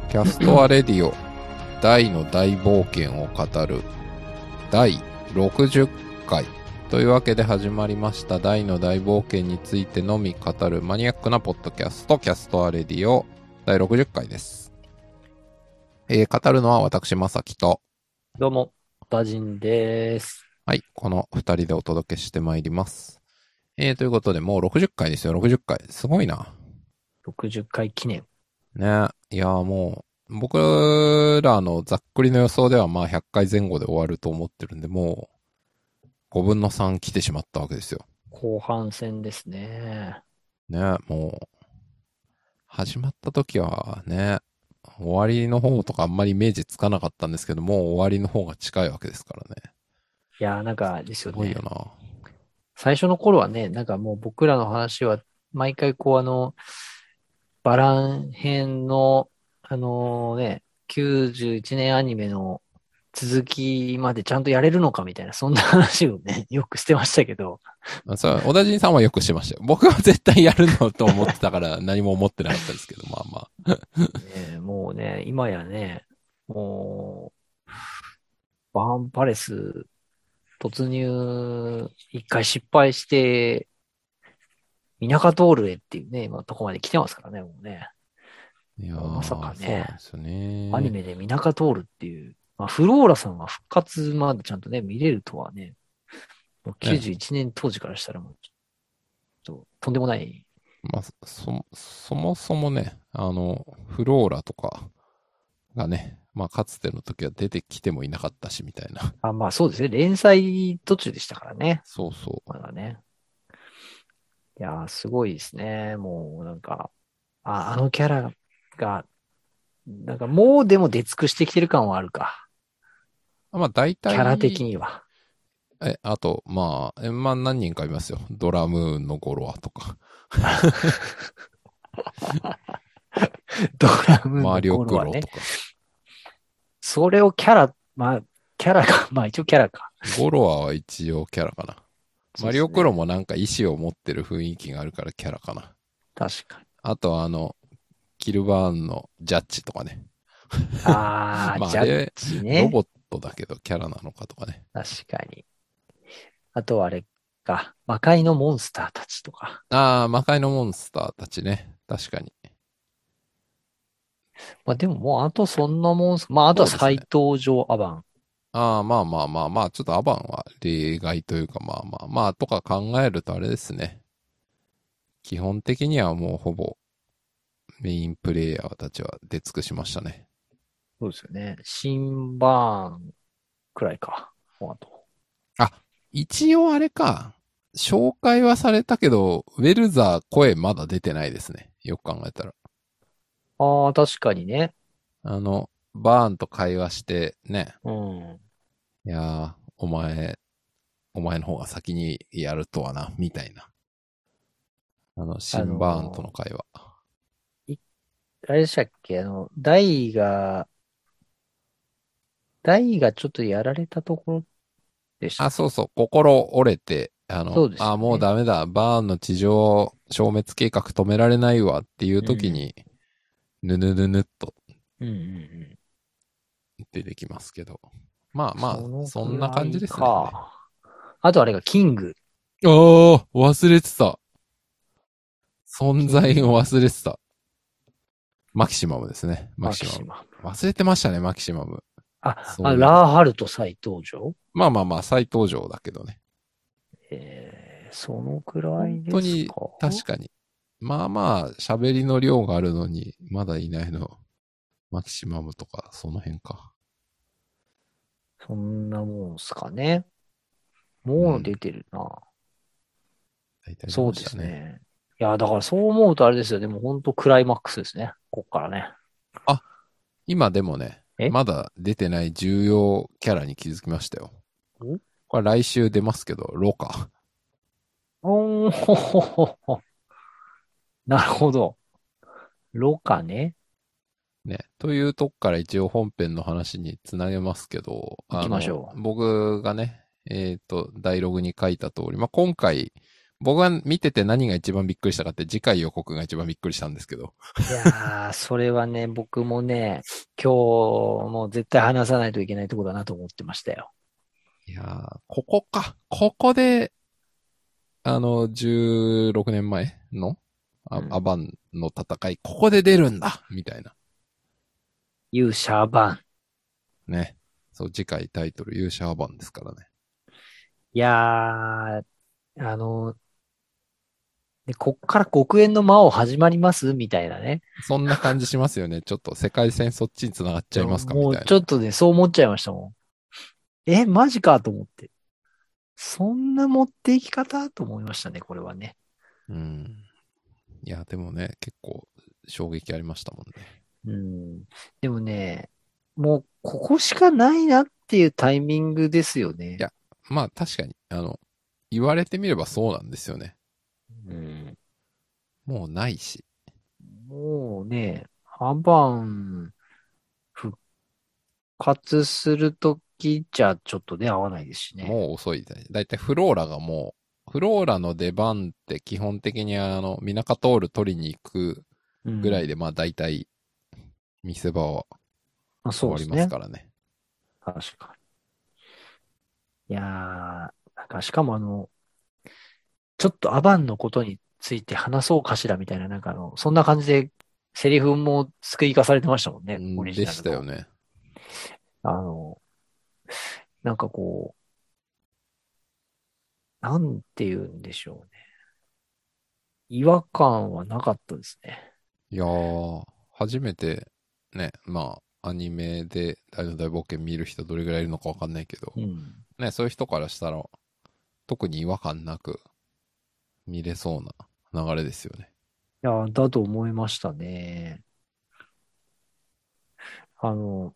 キャストアレディオ大の大冒険を語る第60回というわけで始まりました大の大冒険についてのみ語るマニアックなポッドキャストキャストアレディオ第60回です。語るのは私まさきとどうも、バジンです。 はい、この二人でお届けしてまいります。ということでもう60回ですよ。60回すごいな。 60回記念。 ね。いやもう僕らのざっくりの予想ではまあ100回前後で終わると思ってるんで、もう5分の3来てしまったわけですよ。 後半戦ですね。 ね。もう始まった時はね、終わりの方とかあんまりイメージつかなかったんですけど、もう終わりの方が近いわけですからね。 いやー、なんかですすよね。 ごいよな。 最初の頃はね、なんかもう僕らの話は、毎回バラン編の、91年アニメの続きまでちゃんとやれるのかみたいな、そんな話をね、よくしてましたけど。 さあ、小田人さんはよくしてましたよ。僕は絶対やるのと思ってたから何も思ってなかったですけど、まあまあ。 ね、もうね、今やね、もバーンパレス突入一回失敗して、ミナカトールへっていうね、今とこまで来てますからね、もうね。 いやもうまさー、 かね、 そうなんですよね。 アニメでミナカトールっていう、まあ、フローラさんが復活までちゃんとね、見れるとはね、もうね。 91年当時からしたらもう、ちょっととんでもない。 まあ、そもそもね、フローラとかがね、まあ、かつての時は出てきてもいなかったし、みたいな。 あ、まあそうですね、連載途中でしたからね。 そうそまだね。いやー、すごいですね。もうなんか、あのキャラが、なんかもうでも出尽くしてきてる感はあるか。 う。まあ、大キャラ的体、 には。 あと、まあ何人かいますよ。ドラムーンのゴロアとか、 ドラムーンのマリオク頃はね。 ロとか。 それをキャラ、まあ、キャラか。まあ一応キャラか。 ゴロアは一応キャラかな。マリオクロそうですね。 もなんか意志を持ってる雰囲気があるからキャラかな。 確かに。 あとキルバーンのジャッジとかね。まああジャッれ、 ジね。 ロボットだけどキャラなのかとかね。 確かに。あとはあれか。魔界のモンスターたちとか。 ああ、魔界のモンスターたちね。確かに。 まあでももうあとそんなもんす。まああとは斎そうですね。 藤城アバン。 ああ、まあ、ちょっとアバンは例外というか、まあ、とか考えるとあれですね。基本的にはもうほぼメインプレイヤーたちは出尽くしましたね。 そうですよね。シンバーンくらいか。もうあと。 あ、一応あれか。紹介はされたけど、ウェルザー声まだ出てないですね。よく考えたら。 ああ、確かにね。 バーンと会話してね。 うん。 いやー、お前の方が先にやるとはな、みたいな。シあンバーンとのの会話。 いあれでしたっけダイがちょっとやられたところでしたあ、 っけ？ そうそう、心折れて、 そうですよもうね。 ダメだ、バーンの地上消滅計画止められないわっていううん。 時に、ぬぬぬぬっとうんうんうん。 出てきますけど。まあまあ、 そのそんなくらい感じですね。 か。あとあれがキング。 ああ、忘れてた。存キング、 在を忘れてた。マキシマムですね。ママキシマム。 キシマム。 忘れてましたね、マキシマム。そういえば。 ラーハルト再登場。 まあ、再登場だけどね。 そのくら本いで当に、 すか？ 確かに。まあまあ、喋りの量があるのに、まだいないの。マキシマムとか、その辺か。 そんなもんすかね。もう出うん。 てるな。 大体出そうでましたね。 すね。いや、だからそう思うとあれですよ。でも本当クライマックスですね。こっからね。 あ、今でもね、 えまだ出てない重要キャラに気づきましたよ。 んこれ来週出ますけど、ロカ。 おーほほほほ。なるほど。ロカね。 ね。というとこから一応本編の話につなげますけど、 行きましょ僕がね、ダイログに書いた通り、まあ、今回、 僕が見てて何が一番びっくりしたかって次回予告が一番びっくりしたんですけど。 いやー、それはね、僕もね、今日もう絶対話さないといけないところだなと思ってましたよ。 いやー、ここか。ここで、16年前のアうん。 バンの戦い、ここで出るんだみたいな。 勇者アバン。 ね。そう、次回タイトル勇者アバンですからね。 いやー、あの、で、こっから極限の魔王始まりますみたいなね。 そんな感じしますよね。ちょっと世界線そっちに繋がっちゃいますかみもうたいな。 ちょっとね、そう思っちゃいましたもん。マジかと思って。そんな持っていき方と思いましたね、これはね。 うん。いや、でもね、結構衝撃ありましたもんね。 うん。でもね、もうここしかないなっていうタイミングですよね。 いや、まあ確かに、言われてみればそうなんですよね。 うん。 もうないし。 もうね、アバン復活するときじゃちょっとね、合わないですしね。 もう遅いね。だいたいフローラがもう、フローラの出番って基本的にミナカトール取りに行くうん。 ぐらいで、まあ大体見せ場はまあ、 終わりますそうですね。 からね。 確かに。いやー、なんかしかもちょっとアバンのことについて話そうかしらみたいな、なんかそんな感じでセリフも付け生かされてましたもんね、オリジでナルの。 したよね。 あの、なんかこなんて言うんでしょうね。違和感はなかったですね。 いやー、初めてね、まあ、アニメで大の大冒険見る人どれぐらいいるのかわかんないけど、 うん。 ね、そういう人からしたら、特に違和感なく見れそうな流れですよね。 いや、だと思いましたね。あの、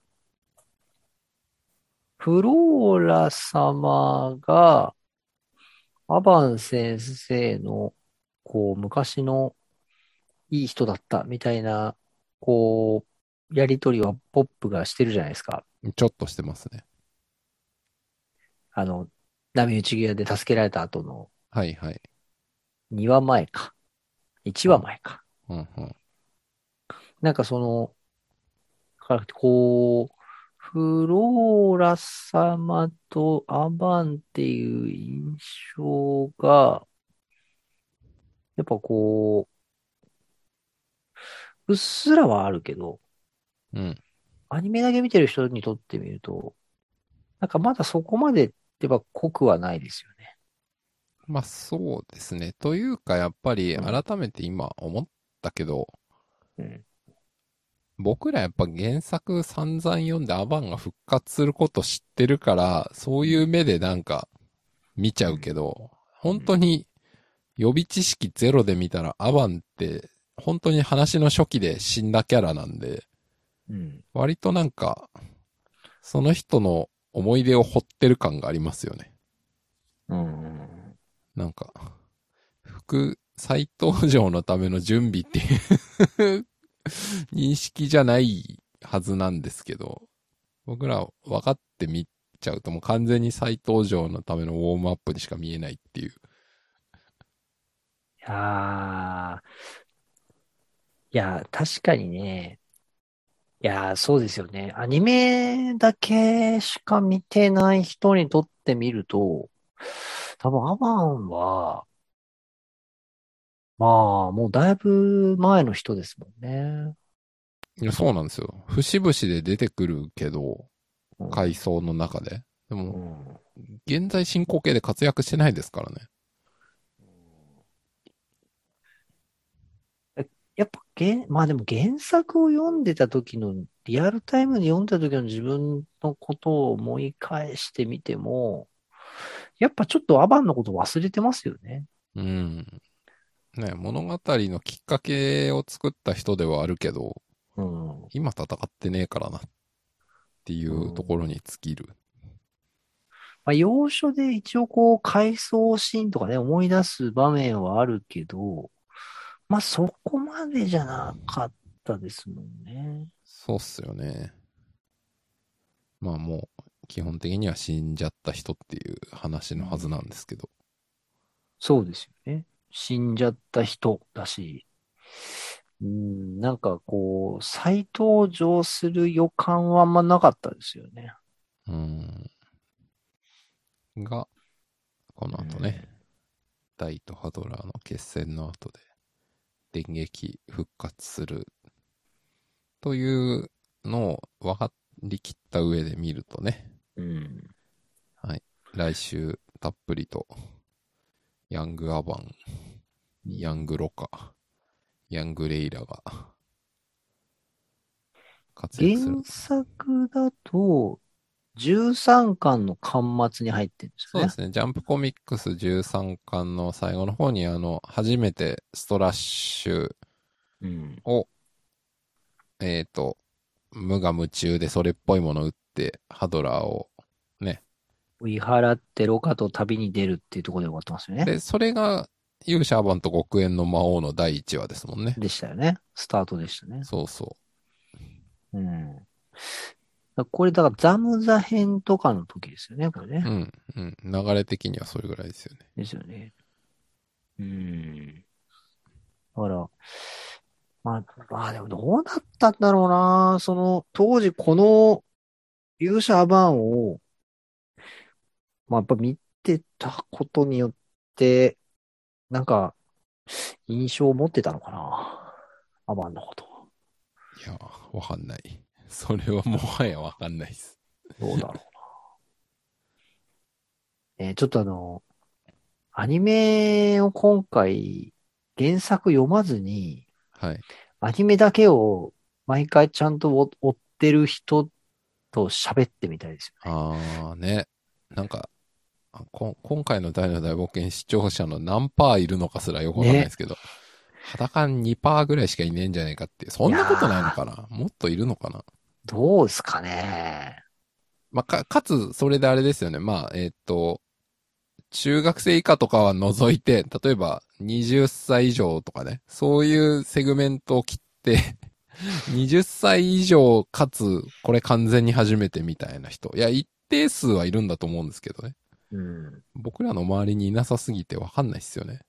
フローラ様がアバン先生の、昔のいい人だったみたいな、やりとりはポップがしてるじゃないですか。 ちょっとしてますね。 あの、波打ち際で助けられた後のはいはい。 2話前か。1話あ、 前か。 うんうん。 なんかだからフローラ様とアバンっていう印象が、やっぱうっすらはあるけど、 うん。 アニメだけ見てる人にとってみると、なんかまだそこまでってば濃くはないですよね。 まあそうですね。というかやっぱりうん。 改めて今思ったけど、 うん。 僕らやっぱ原作散々読んでアバンが復活すること知ってるから、そういう目でなんか見ちゃうけうん。 ど、 うん。 本当に予備知識ゼロで見たらアバンって本当に話の初期で死んだキャラなんで、 うん。 割となんかその人の思い出を掘ってる感がありますよね。 うん。 なんか、再登場のための準備っていう認識じゃないはずなんですけど、僕ら分かってみちゃうともう完全に再登場のためのウォームアップにしか見えないっていう。 いやー、確かにね。いやー、そうですよね。アニメだけしか見てない人にとってみると、多分アバンは、まあ、もうだいぶ前の人ですもんね。 いや、そうなんですよ。節々で出てくるけど、 うん。 回想の中で。でも、 うん。 現在進行形で活躍してないですからね。 やっぱまあでも原作を読んでた時の、リアルタイムで読んだ時の自分のことを思い返してみても、やっぱちょっとアバンのこと忘れてますよね。 うん。ね、物語のきっかけを作った人ではあるけど、 うん。 今戦ってねえからなっていううところん。 に尽きる。 まあ、要所で一応回想シーンとかね、思い出す場面はあるけど、まあそこまでじゃなかったですもんね。 そうっすよね。まあもう、基本的には死んじゃった人っていう話のはずなんですけど。 そうですよね。死んじゃった人だし、なんかこう、再登場する予感はあんまなかったですよね。 うん。が、この後ね、 うん。 ダイとハドラーの決戦の後で電撃復活するというのを分かりきった上で見るとね、 うん。 はい。来週たっぷりとヤングアバン、ヤングロカ、ヤングレイラが活躍する。 原作だと、13巻の巻末に入ってるんですよね。 そうですね。ジャンプコミックス13巻の最後の方に初めてストラッシュうん。 を、えっと、無我夢中でそれっぽいものを打って、ハドラーを、ね。 追い払ってロカと旅に出るっていうところで終わってますよね。 で、それが、勇者アバンと極限の魔王の第1話ですもんね。 でしたよね。スタートでしたね。 そうそうん。これだからザムザ編とかの時ですよね、これう。うね。 ん、うん。流れ的にはそれぐらいですよね。 ですよね。うん。だから、まあでもどうなったんだろうな。その、当時この勇者アバンを、まあやっぱ見てたことによって、なんか、印象を持ってたのかな。アバンのことを。 いや、わかんない。それはもはやわかんないです。 どうだろう。ちょっとアニメを今回、原作読まずに、 はい。 アニメだけを毎回ちゃんと追ってる人と喋ってみたいですよね。 あーね。なんか、今回の大の大冒険視聴者の何パーいるのかすらよくわかんないでね。 すけど、裸2パーぐらいしかいねえんじゃないかっていう。そいんなことないのやー、 かな、もっといるのかな。 どうですかね。 まあ、かつ、それであれですよね。まあ、中学生以下とかは除いて、例えば20歳以上とかね、そういうセグメントを切って20歳以上かつ、これ完全に初めてみたいな人。いや、一定数はいるんだと思うんですけどね。 うん。 僕らの周りにいなさすぎてわかんないっすよね。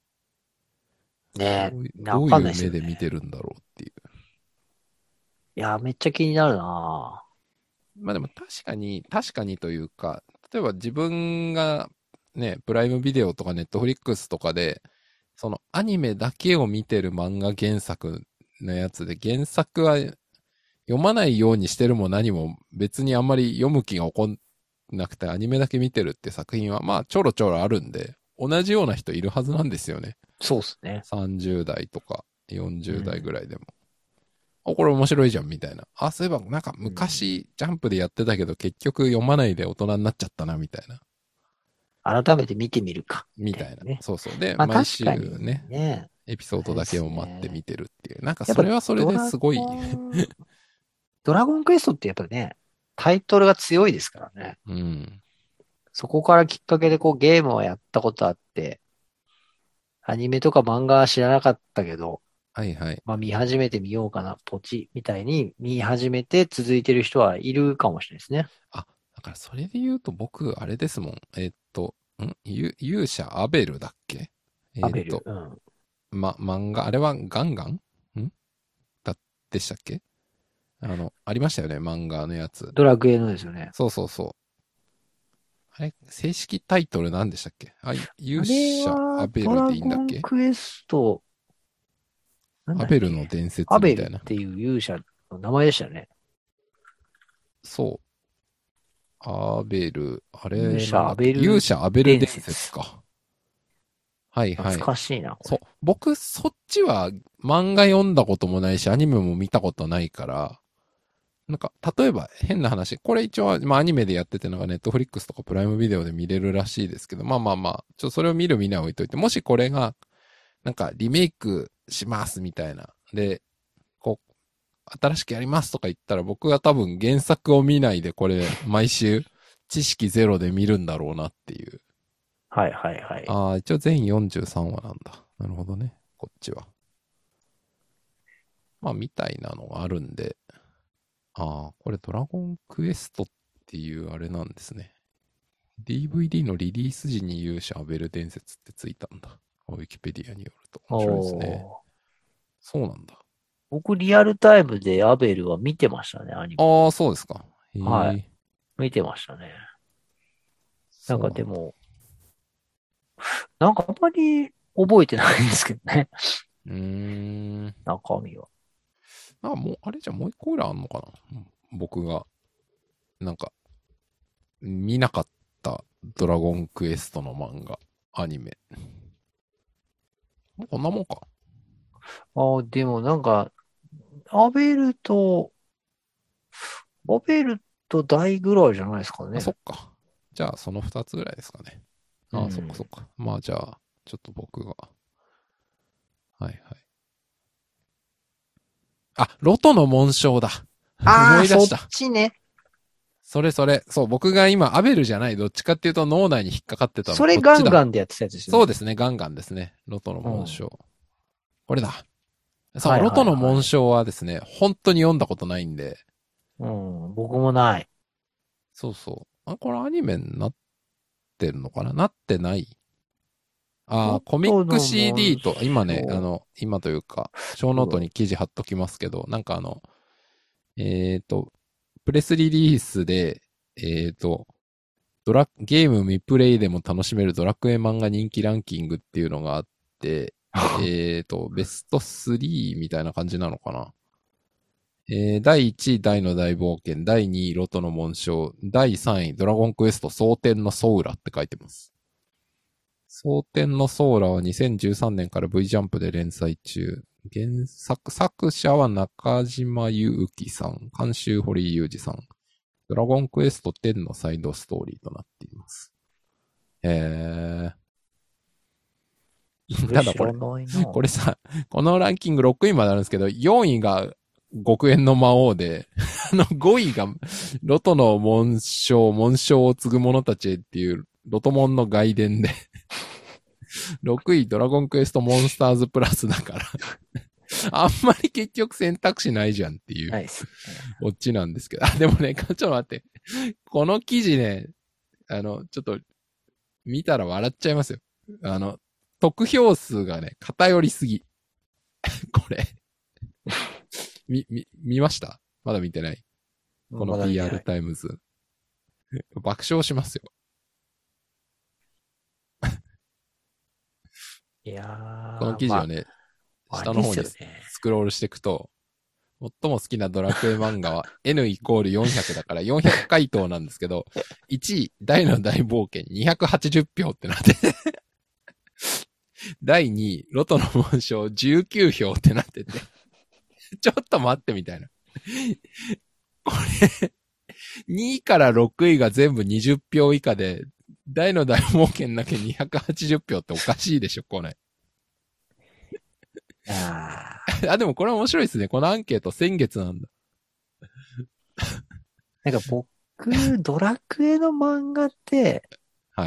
ねわどうかんないですいう目で見よね。 てるんだろうっていう。 いやー、めっちゃ気になるなまあでも確かにというか、例えば自分がね、プライムビデオとかネットフリックスとかで、そのアニメだけを見てる漫画原作のやつで、原作は読まないようにしてるも何も別にあんまり読む気が起こんなくてアニメだけ見てるって作品はまあちょろちょろあるんで、同じような人いるはずなんですよね。 そうっすね。 30代とか40代ぐうん。 らいでも。あ、これ面白いじゃんみたいな。あ、そういえばなんかうん。 昔ジャンプでやってたけど結局読まないで大人になっちゃったなみたいな。 改めて見てみるか。みみたいな。 たいなね。 そうそう。で、 まあ毎確かに週ね、 ね、 エピソードあれですだけを待って見ね。 てるっていう。なんかやっぱそれはそれですごい。 ドラゴンクエストってやっぱね、タイトルが強いですからね。 うん。 そこからきっかけでこうゲームはやったことあって、アニメとか漫画は知らなかったけど、 はいはい。 まあ見始めてみようかな、ポチみたいに見始めて続いてる人はいるかもしれないですね。 あ、だからそれで言うと僕、あれですもん。勇者アベルだっけ。 アベル。うん。 漫画、あれはガンガンでしたっけ。ありましたよね、漫画のやつ。 ドラクエのですよね。 そうそうそう。あれ、正式タイトル何でしたっけ。勇あれ者アはドベルでいいんラゴンだっけ。 クエスト、なんアベルのだっけ。 伝アベ説みたいな。 ルっていう勇者の名前でしたよね。 そう。アベル、あ勇れなんだっけ。 者アベル勇者アベル伝伝説説。 か。はいはい。 懐かしいな、こそう。 れ。 僕、そっちは漫画読んだこともないし、アニメも見たことないから、なんか、例えば変な話、これ一応、まあアニメでやってて、なんかネットフリックスとかプライムビデオで見れるらしいですけど、まあまあまあ、それを見る見ない置いといて、もしこれが、なんかリメイクしますみたいな。で、こう、新しくやりますとか言ったら、僕は多分原作を見ないでこれ、毎週、知識ゼロで見るんだろうなっていう。 はいはいはい。 ああ、一応全43話なんだ。なるほどね。こっちは。まあ、みたいなのがあるんで、ああ、これドラゴンクエストっていうあれなんですね。 DVD のリリース時に勇者アベル伝説ってついたんだ。ウィキペディアによると。面白いですね。そうなんだ。 僕リアルタイムでアベルは見てましたね、アニメ。 ああ、そうですか。へえ。 はい。見てましたね。なんそうなんだ。 かでも、なんかあんまり覚えてないんですけどね。 うーん。 中身は。 なんかもう、あれじゃもう一個ぐらいあんのかな、僕が、なんか、見なかったドラゴンクエストの漫画、アニメ。もうこんなもんか。 でもなんか、アベルと、アベルとダイぐらいじゃないですかあ、そね。 っか。じゃあ、その二つぐらいですかね。ああ、そっかそうん。 っか。まあじゃあ、ちょっと僕が。はいはい。あ、ロトの紋章だ。 ああ、そっ思い出した。 ちね。 それそれ。そう、僕が今、アベルじゃない、どっちかっていうと脳内に引っかかってたの、 それガンこっちだ。 ガンでやってたやつですよね。 そうですね、ガンガンですね。ロトのうん。 紋章。これだ。そう、 はいロトのはいはい。 紋章はですね、本当に読んだことないんで、 うん。僕もない。 そうそう。あ、これアニメになってるのかな、なってない。あー、 ロコミックトの紋 CD と、今ね、 章。 今というか、小ノートに記事貼っときますけど、なんかえっと、プレスリリースで、えっと、ゲーム未プレイでも楽しめるドラクエ漫画人気ランキングっていうのがあって、ベスト3みたいな感じなのかな。第1位、大の大冒険。第2位、ロトの紋章。第3位、ドラゴンクエスト、蒼天のソーラって書いてます。蒼天のソーラは2013年から V ジャンプで連載中。作者は中島祐希さん。監修堀井雄二さん。ドラゴンクエスト10のサイドストーリーとなっています。 それただこれ、 知らないな。 これさ、このランキング6位まであるんですけど、4位が極限の魔王で、5位がロトの紋章を継ぐ者たちへっていう、ロトモンの外伝で、6位ドラゴンクエストモンスターズプラスだからあんまり結局選択肢ないじゃんっていうないっすね。 オチなんですけど。あ、でもね、ちょっと待って。この記事ね、ちょっと見たら笑っちゃいますよ。得票数がね、偏りすぎ。これ。見ましたまだ見てない。このまだ見てな PR い。 タイムズ。爆笑しますよ。 いやこのー、ま記事をね、 あ、あれで下の方にすよね。 スクロールしていくと、最も好きなドラクエ漫画は N イコール400だから400回答なんですけど、1位、大の大冒険280票ってなって第2位、ロトの紋章19票ってなってて、ちょっと待ってみたいな。これ、2位から6位が全部20票以下で、大の大冒険だけ280票っておかしいでしょ、これ。 ああ、でもこれ面白いですね。このアンケート先月なんだ。 なんか僕、ドラクエの漫画って、 はい。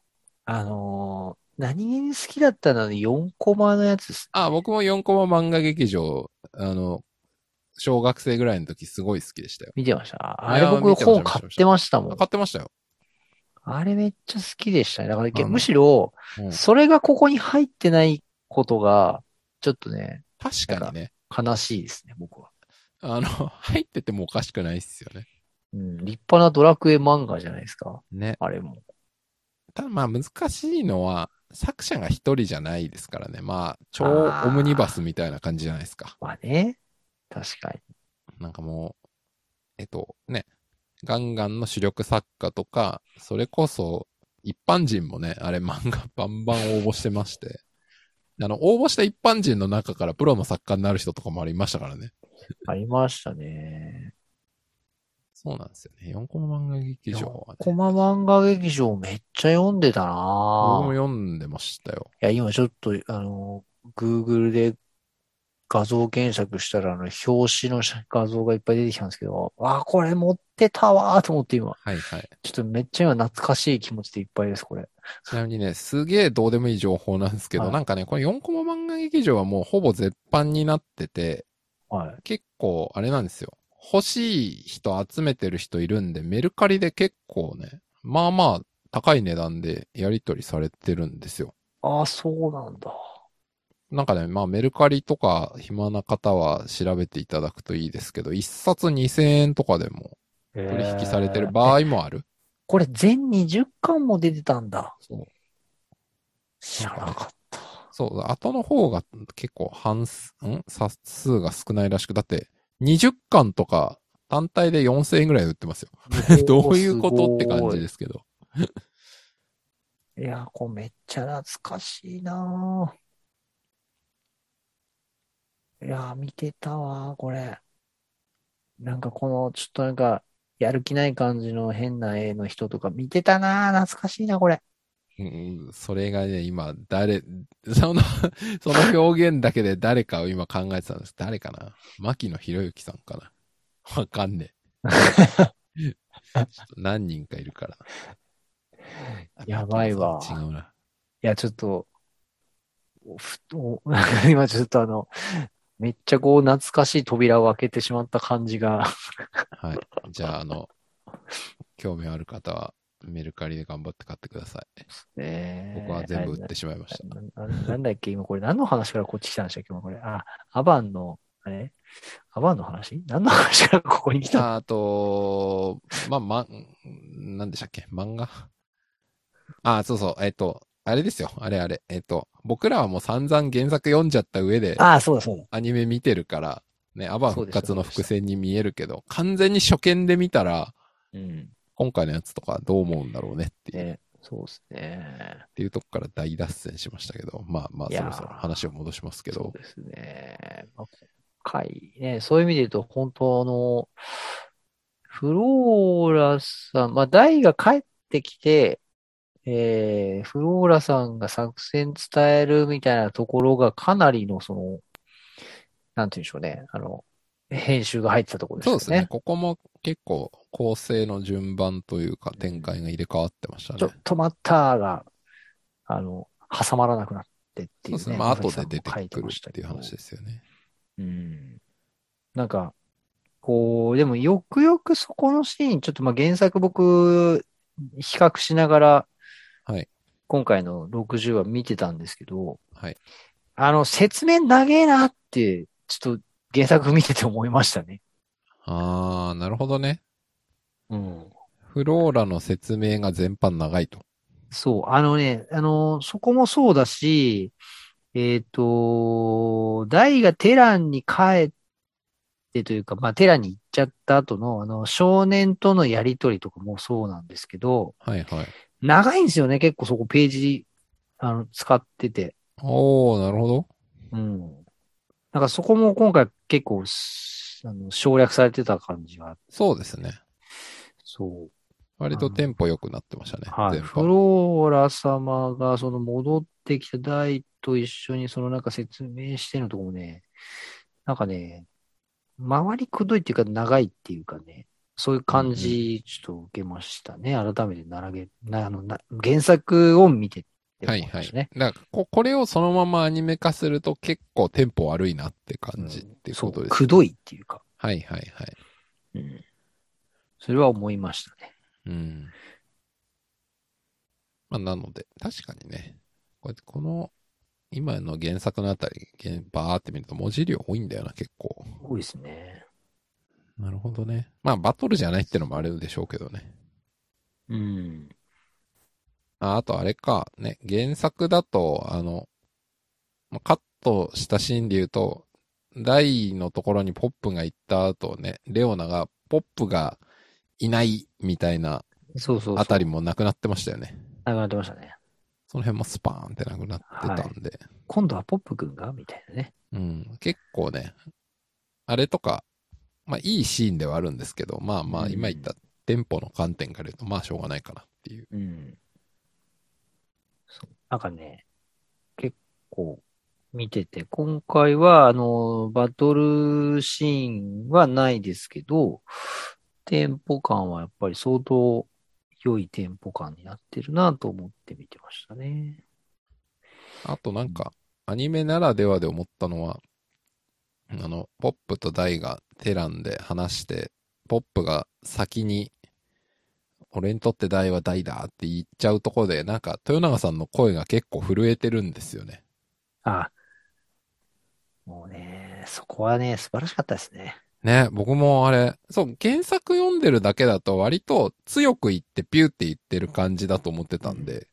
何気に好きだったのは4コマのやつですあ、 ね。 僕も4コマ漫画劇場、小学生ぐらいの時すごい好きでしたよ。 見てました。 いやー、 あれ僕見てました、見てました。 本買ってましたもあ、 ん。 買ってましたよ。 あれめっちゃ好きでしたね。だからむあの、 しろ、 うん。 それがここに入ってないことが、ちょっとね、なんか確かにね。 悲しいですね、僕は。 入っててもおかしくないっすよね。 うん、立派なドラクエ漫画じゃないですか。 ね。 あれも。 ただまあ難しいのは、作者が一人じゃないですからね。まあ、超オムニバスああ、 みたいな感じじゃないですか。 まあね。確かに。 なんかもう、ね、ガンガンの主力作家とか、それこそ、一般人もね、あれ漫画バンバン応募してまして、応募した一般人の中からプロの作家になる人とかもありましたからね。 ありましたね。 そうなんですよね。4コマ漫画劇場 4 はね、 コマ漫画劇場めっちゃ読んでた僕もなぁ。 読んでましたよ。 いや、今ちょっと、Google で画像検索したら、表紙の画像がいっぱい出てきたんですけど、あ、これ持ってたわーと思って今。 はいはい。 ちょっとめっちゃ今懐かしい気持ちでいっぱいです、これ。 ちなみにね、すげえどうでもいい情報なんですけど、 はい。 なんかね、これ4コマ漫画劇場はもうほぼ絶版になってて、 はい。 結構、あれなんですよ。欲しい人集めてる人いるんで、メルカリで結構ね、まあまあ高い値段でやり取りされてるんですよ。 ああ、そうなんだ。 なんかね、まあメルカリとか暇な方は調べていただくといいですけど、一冊2000円とかでも取引されてる場合もある。 これ全20巻も出てたんだ。 そう。 知らなかった。 そう、後の方が結構冊数が少ないらしく、だって20巻とか単体で4000円ぐらいで売ってますよ。どおー、すういうことって感ごい。 じですけど。 いや、これめっちゃ懐かしいなぁ。いや、見てたわ、これ。なんかこの、ちょっとなんか、やる気ない感じの変な絵の人とか見てたなぁ。懐かしいな、これ。 うん、それがね、今、そのその表現だけで誰かを今考えてたんです。誰かな、牧野博之さんかな、わかんねえ。ちょっと何人かいるからな。あ、 や牧野さんばいわ。 違うな。 いや、ちょっと、今ちょっとめっちゃこう懐かしい扉を開けてしまった感じが。 はい。じゃあ、興味ある方はメルカリで頑張って買ってください。僕は全部売ってしまいました。 なんだっけ今これ何の話からこっち来たんでしたっけ今これ。あ、アバンの、あれアバンの話何の話からここに来たの？ あなんでしたっけ漫画。そうそう、あれですよ。あれあれ。僕らはもう散々原作読んじゃった上で、 ああ、そうだそうだ。 アニメ見てるから、ね、アバンそうでした、 復活のそうでした。 伏線に見えるけど、完全に初見で見たら、 うん。 今回のやつとかどう思うんだろうねっていう、っね、そうですね。 ていうとこから大脱線しましたけど、まあまあいやそろそろ話を戻しますけど、 そうですね。まあ、今回ね、そういう意味で言うと、本当フローラさん、まあ、ダイが帰ってきて、フローラさんが作戦伝えるみたいなところがかなりのなんて言うんでしょうね。編集が入ってたところでそうですね、 したよね。 ここも結構構成の順番というか展開が入れ替わってましたね。 止まったが、挟まらなくなってってそうですね、 いうね、 まあまさきさん後で出ても書いてくるっましたけど。 ていう話ですよね。 うん。なんか、でもよくよくそこのシーン、ちょっとまあ原作僕、比較しながら、 はい。 今回の60話見てたんですけど、 はい。 説明長えなって、ちょっと原作見てて思いましたね。 なるほどね。 うん。 フローラの説明が全般長いと。 そう、そこもそうだし、ダイがテランに帰ってというか、まあ、テランに行っちゃった後の、少年とのやりとりとかもそうなんですけど、 はいはい。 長いんですよね、結構そこページ、使ってて。 おー、なるほど。 うん。なんかそこも今回結構省略されてた感じが。 そうですね。 そう。 割とテンポ良くなってましたね、 はい。フ全般。 ローラ様がその戻ってきたダイと一緒にそのなんか説明してるとこもね、なんかね、回りくどいっていうか長いっていうかね、そういう感うんうん。 じ、ちょっと受けましたね。改めて原作を見てってはいはい。 思いましたね。 だからこれをそのままアニメ化すると結構テンポ悪いなって感じっうん。 ていうこそう、 とですよね。 くどいっていうか、 はいはいはい。 うん。それは思いましたね。 うん。まあなので、確かにね、この、今の原作のあたり、バーって見ると文字量多いんだよな、結構。 多いですね。 なるほどね。まあバトルじゃないってのもあるでしょうけどね。 うん。 あとあれか、ね、原作だと、まあカットしたシーンで言うと、ダイのところにポップが行った後ね、レオナがポップがいないみたいなそうそうあたりそう。 もなくなってましたよね。 なくなってましたね。 その辺もスパーンってなくなってはい。 たんで。 今度はポップくんがみたいなね。 うん。結構ね、あれとか、まあいいシーンではあるんですけど、まあうまあ今言っん。 たテンポの観点から言うと、まあしょうがないかなっていう。 うん。そう。なんかね、結構見てて、今回は、バトルシーンはないですけど、テンポ感はやっぱり相当良いテンポ感になってるなと思って見てましたね。 あとなんうん。 か、アニメならではで思ったのは、ポップとダイがテランで話して、ポップが先に俺にとって大は大だって言っちゃうところで、なんか、豊永さんの声が結構震えてるんですよね。 あ、もうね、そこはね、素晴らしかったですね。 ね、僕もあれ、そう、原作読んでるだけだと割と強く言ってピューって言ってる感じだと思ってうん。 たんで、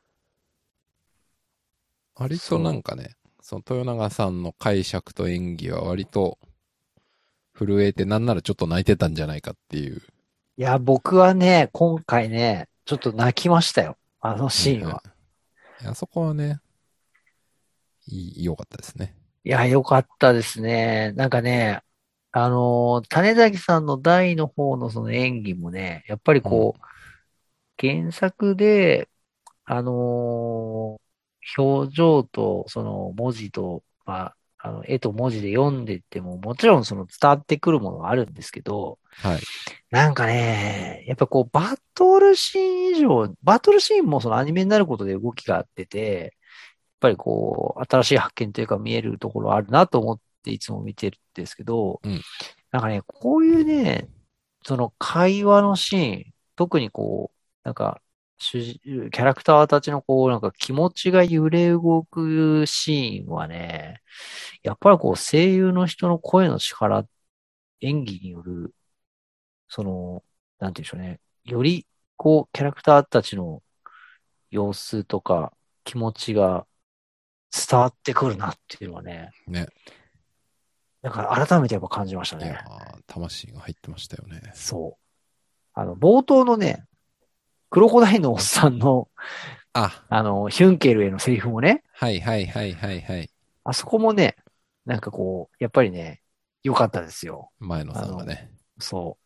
割となんそかね、その豊永さんの解釈と演技は割と震えてなんならちょっと泣いてたんじゃないかっていう。 う。いや、僕はね、今回ね、ちょっと泣きましたよ。あのはいはい。 シーンは。 あそこはね、良かったですね。 いや、よかったですね。なんかね、種崎さんの大の方のその演技もね、やっぱりうん。 こう、原作で、あの表情とその文字と、まあ、絵と文字で読んでっても、もちろんその伝わってくるものがあるんですけど、 はい。 なんかね、やっぱこう、バトルシーン以上、バトルシーンもそのアニメになることで動きが出て、やっぱりこう、新しい発見というか見えるところあるなと思っていつも見てるんですけど、 うん。 なんかね、こういうね、その会話のシーン、特にこう、なんか、キャラクターたちのこう、なんか気持ちが揺れ動くシーンはね、やっぱりこう、声優の人の声の力、演技による、その、なんていうんでしょうね。より、こう、キャラクターたちの様子とか気持ちが伝わってくるなっていうのはね、 ね。 なんか改めてやっぱ感じましたいやね。 ー、魂が入ってましたよね。 そう。冒頭のね、クロコダインのおっさんの、 あ、 ヒュンケルへのセリフもね、 はいはいはいはいはい。 あそこもね、なんかこう、やっぱりね、良かったですよ。 前野あの、 さんがね。 そ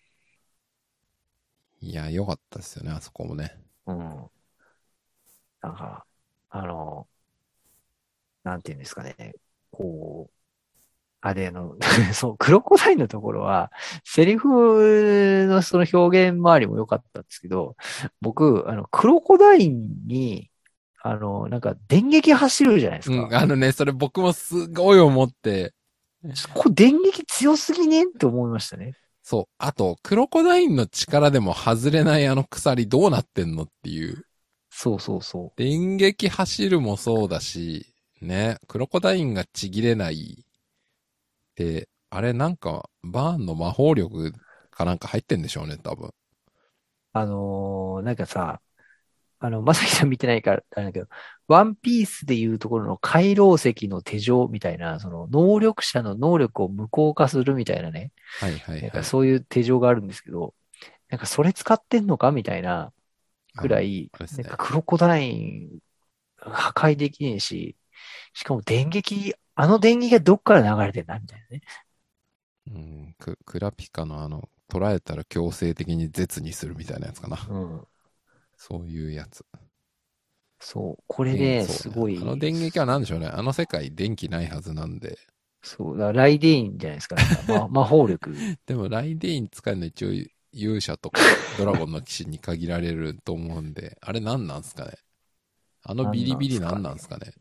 いや、良かったですよね、あそこもね。 う、うん。なんか、あの、なんていうんですかね、こう、あれそう、クロコダインのところは、セリフのその表現周りも良かったんですけど、僕、クロコダインに、なんか電撃走るじゃないですうん、 か。 それ僕もすごい思って、 これ電撃強すぎねって思いましたね。 そう。あと、クロコダインの力でも外れないあの鎖どうなってんのっていう。 そうそうそ電撃走るもそうだし、ね、クロコダインがちぎれないって、あれなんか、バーンの魔法力かなんか入ってんでしょうね、多分。 なんかさ、まさきさん見てないから、あれだけど、ワンピースでいうところの海楼石の手錠みたいな、その能力者の能力を無効化するみたいなね、 はいはいなんはい。 かそういう手錠があるんですけど、なんかそれ使ってんのかみたいなくらい、 あれですね。 なんかクロコダイン破壊できねえし、しかも電撃、あの電撃がどっから流れてんだみたいなね。 うん、クラピカの捉えたら強制的に絶にするみたいなやつかな。 うん。 そういうやつ。 そう。これね、すそうね。あのごい、 電撃は何でしょうね。あの世界電気ないはずなんで。 そう、だからライデインじゃないですか。なんか、魔法力。 でもライデイン使えるの一応勇者とかドラゴンの騎士に限られると思うんで、あれ何なんすかね。あのビリなんなんビリ何すかね。 なんすかね。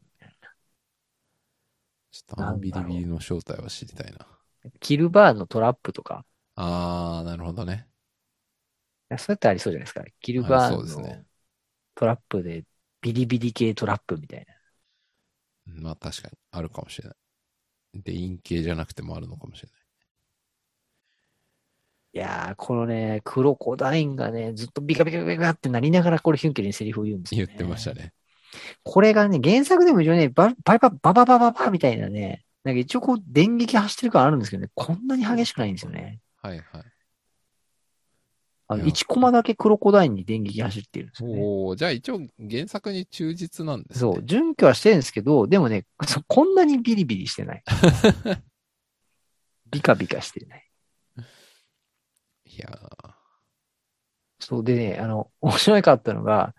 ちょっとあのなんビリビリだろの正体は知りたいな。 う。キルバーンのトラップとか、 なるほどね。 そうやってありそうじゃないですか。キルありバそうですね。 ーンのトラップでビリビリ系トラップみたいな。 まあ確かにあるかもしれない。で、陰形じゃなくてもあるのかもしれない。 いやー、このね、クロコダインがね、ずっとビカビカビカビカってなりながらこれヒュンケルにセリフを言うんですよ言ってましたね。 ね。 これがね、原作でも一応ね、バババババみたいなね、なんか一応こう電撃走ってる感あるんですけどね、こんなに激しくないんですよね。 はいはい。いや、 1コマだけクロコダインに電撃走っているんですよね。 じゃあ一応原作に忠実なんですそう、 ね。 準拠はしてるんですけど、でもね、こんなにビリビリしてない。ビカビカしてない。 いやー、 そうでね、面白かったのが、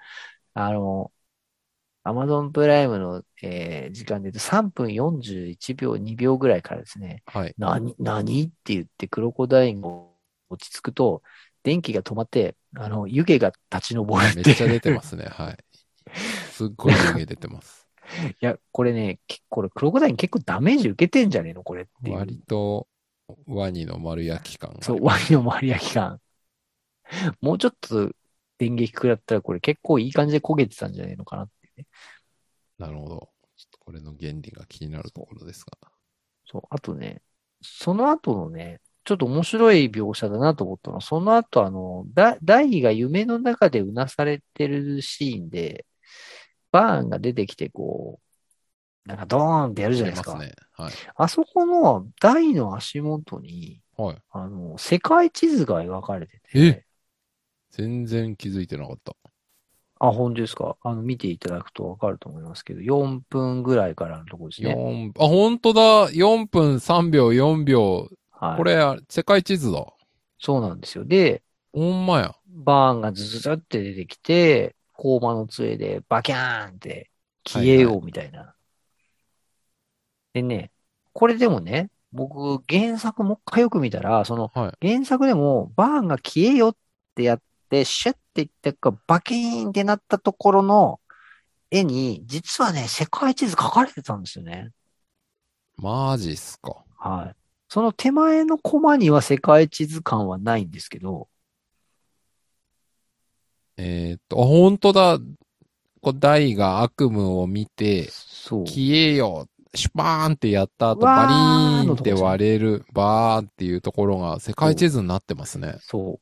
アマゾンプライムの、時間で言うと3分41秒、2秒ぐらいからですね、 はい。 何って言ってクロコダインが落ち着くと、電気が止まって、湯気が立ち上るってめっちゃ出ていう。 ますね。はい。すっごい湯気出てます。 いや、これね、これクロコダイン結構ダメージ受けてんじゃねえのこれっていう。 割とワニの丸焼き感があそう、 りますね。 ワニの丸焼き感。もうちょっと電撃食らったらこれ結構いい感じで焦げてたんじゃないのかなっていうね。 なるほど。ちょっとこれの原理が気になるとそう。 ころですが。 そう。あとね、その後のね、ちょっと面白い描写だなと思ったのは、その後ダイが夢の中でうなされてるシーンで、バーンが出てきてこう、なんかドーンってやるじゃないですか。 出ますね。はい。 あそこの台の足元に、 は世界地図が描かれてい。 て、 全然気づいてなかった。 あ、本当ですか。見ていただくとわかると思いますけど、4分ぐらいからのところですね。 本当だ。4分3秒4秒。 はい。 これ、世界地図だ。 そうなんですよ。で、 ほんまや。 バーンがズズズって出てきて、コーマの杖でバキャーンってはいはい。 消えようみたいな。でね、これでもね、僕原作もう一回よく見たら、そのはい。 原作でもバーンが消えよってやって、シュッていってかバキーンってなったところの絵に、実はね、世界地図書かれてたんですよね。 マジっすか。 はい。その手前のコマには世界地図感はないんですけど、 本当だ。ダイが悪夢を見て、 そ消えよ、シュパーンってやったう。 後、バリわーーンってのとこですね。 割れる、バーっていうところが世界地そう。 図になってますね。 そう。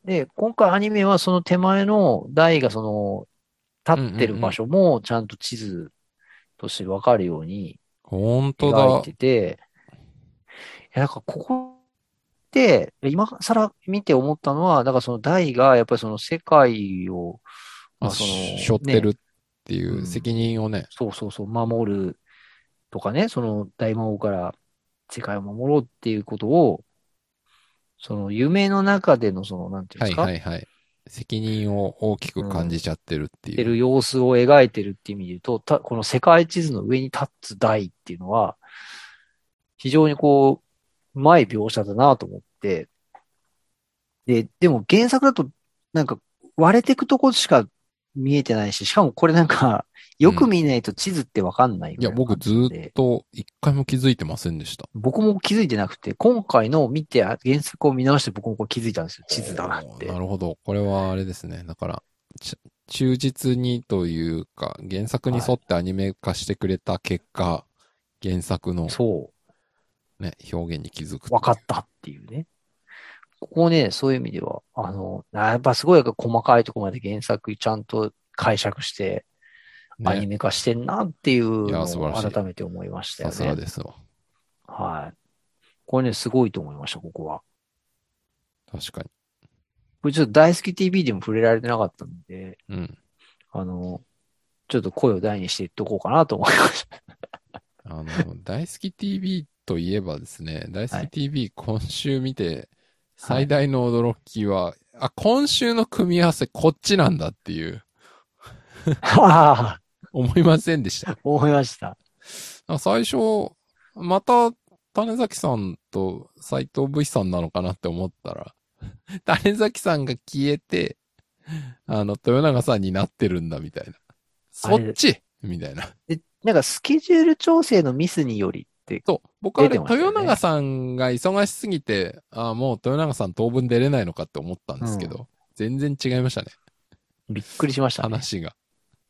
で、今回アニメはその手前の台が立うんうんうってる場ん。 所もちゃんと地図としてわかるように本当描いだ。 てて、なんかここって、今更見て思ったのは、だからその台がやっぱりその世界を、 まあ、背負ってるっていううん、 責任をね。 そうそうそう、守るとかね、その大魔王から世界を守ろうっていうことを、その夢の中でのなんていうんではいすか、 はいはい。責任を大きくうん、 感じちゃってるっていう。 てる様子を描いてるっていう意味で言うと、この世界地図の上に立つ台っていうのは、非常にこう、うまい描写だなと思って、でも原作だと、なんか割れてくとこしか見えてないし、しかもこれなんか、よくうん。 見ないと地図ってわかんないいや、 ぐらいの感僕ずーっじなんで、 と一回も気づいてませんでした。 僕も気づいてなくて、今回の見て原作を見直して僕もこれ気づいたんですよ。地図だなっおー、なて。 るほど。これはあれですね。だから、忠実にというか、原作にはい。 沿ってアニメ化してくれた結果、原作のそね、表現に気づくっう、わかていう。 ったっていうね。ここね、そういう意味では、やっぱすごい細かいところまで原作ちゃんと解釈してアニね。 メ化してんなっていいや、 うのを素晴らしい。 改めて思いましたさすがよね。 ですわ。 はい。これね、すごいと思いました、ここは。 確かに。 これちょっと大好き TV でも触れられてなかったんで、 うん。 あの、ちょっと声を大にして言っとこうかなと思いまし大好き TV といえばですね、大好きた。はい。 TV 今週見て、 はい。 最大の驚きは、今週の組み合わせこっちなんだっていう、 は思いませんでした。 あ、思いました。 最初、また、種崎さんと斎藤 V さんなのかなって思ったら、種崎さんが消えて、豊永さんになってるんだみたいな。 あれ、 そっちみたいな。 で、なんかスケジュール調整のミスによりってそう。僕あれ、 出てました豊よね。 永さんが忙しすぎて、もう豊永さん当分出れないのかって思ったんでうん。 すけど、全然違いましたね。 びっくりしましたね。 話が。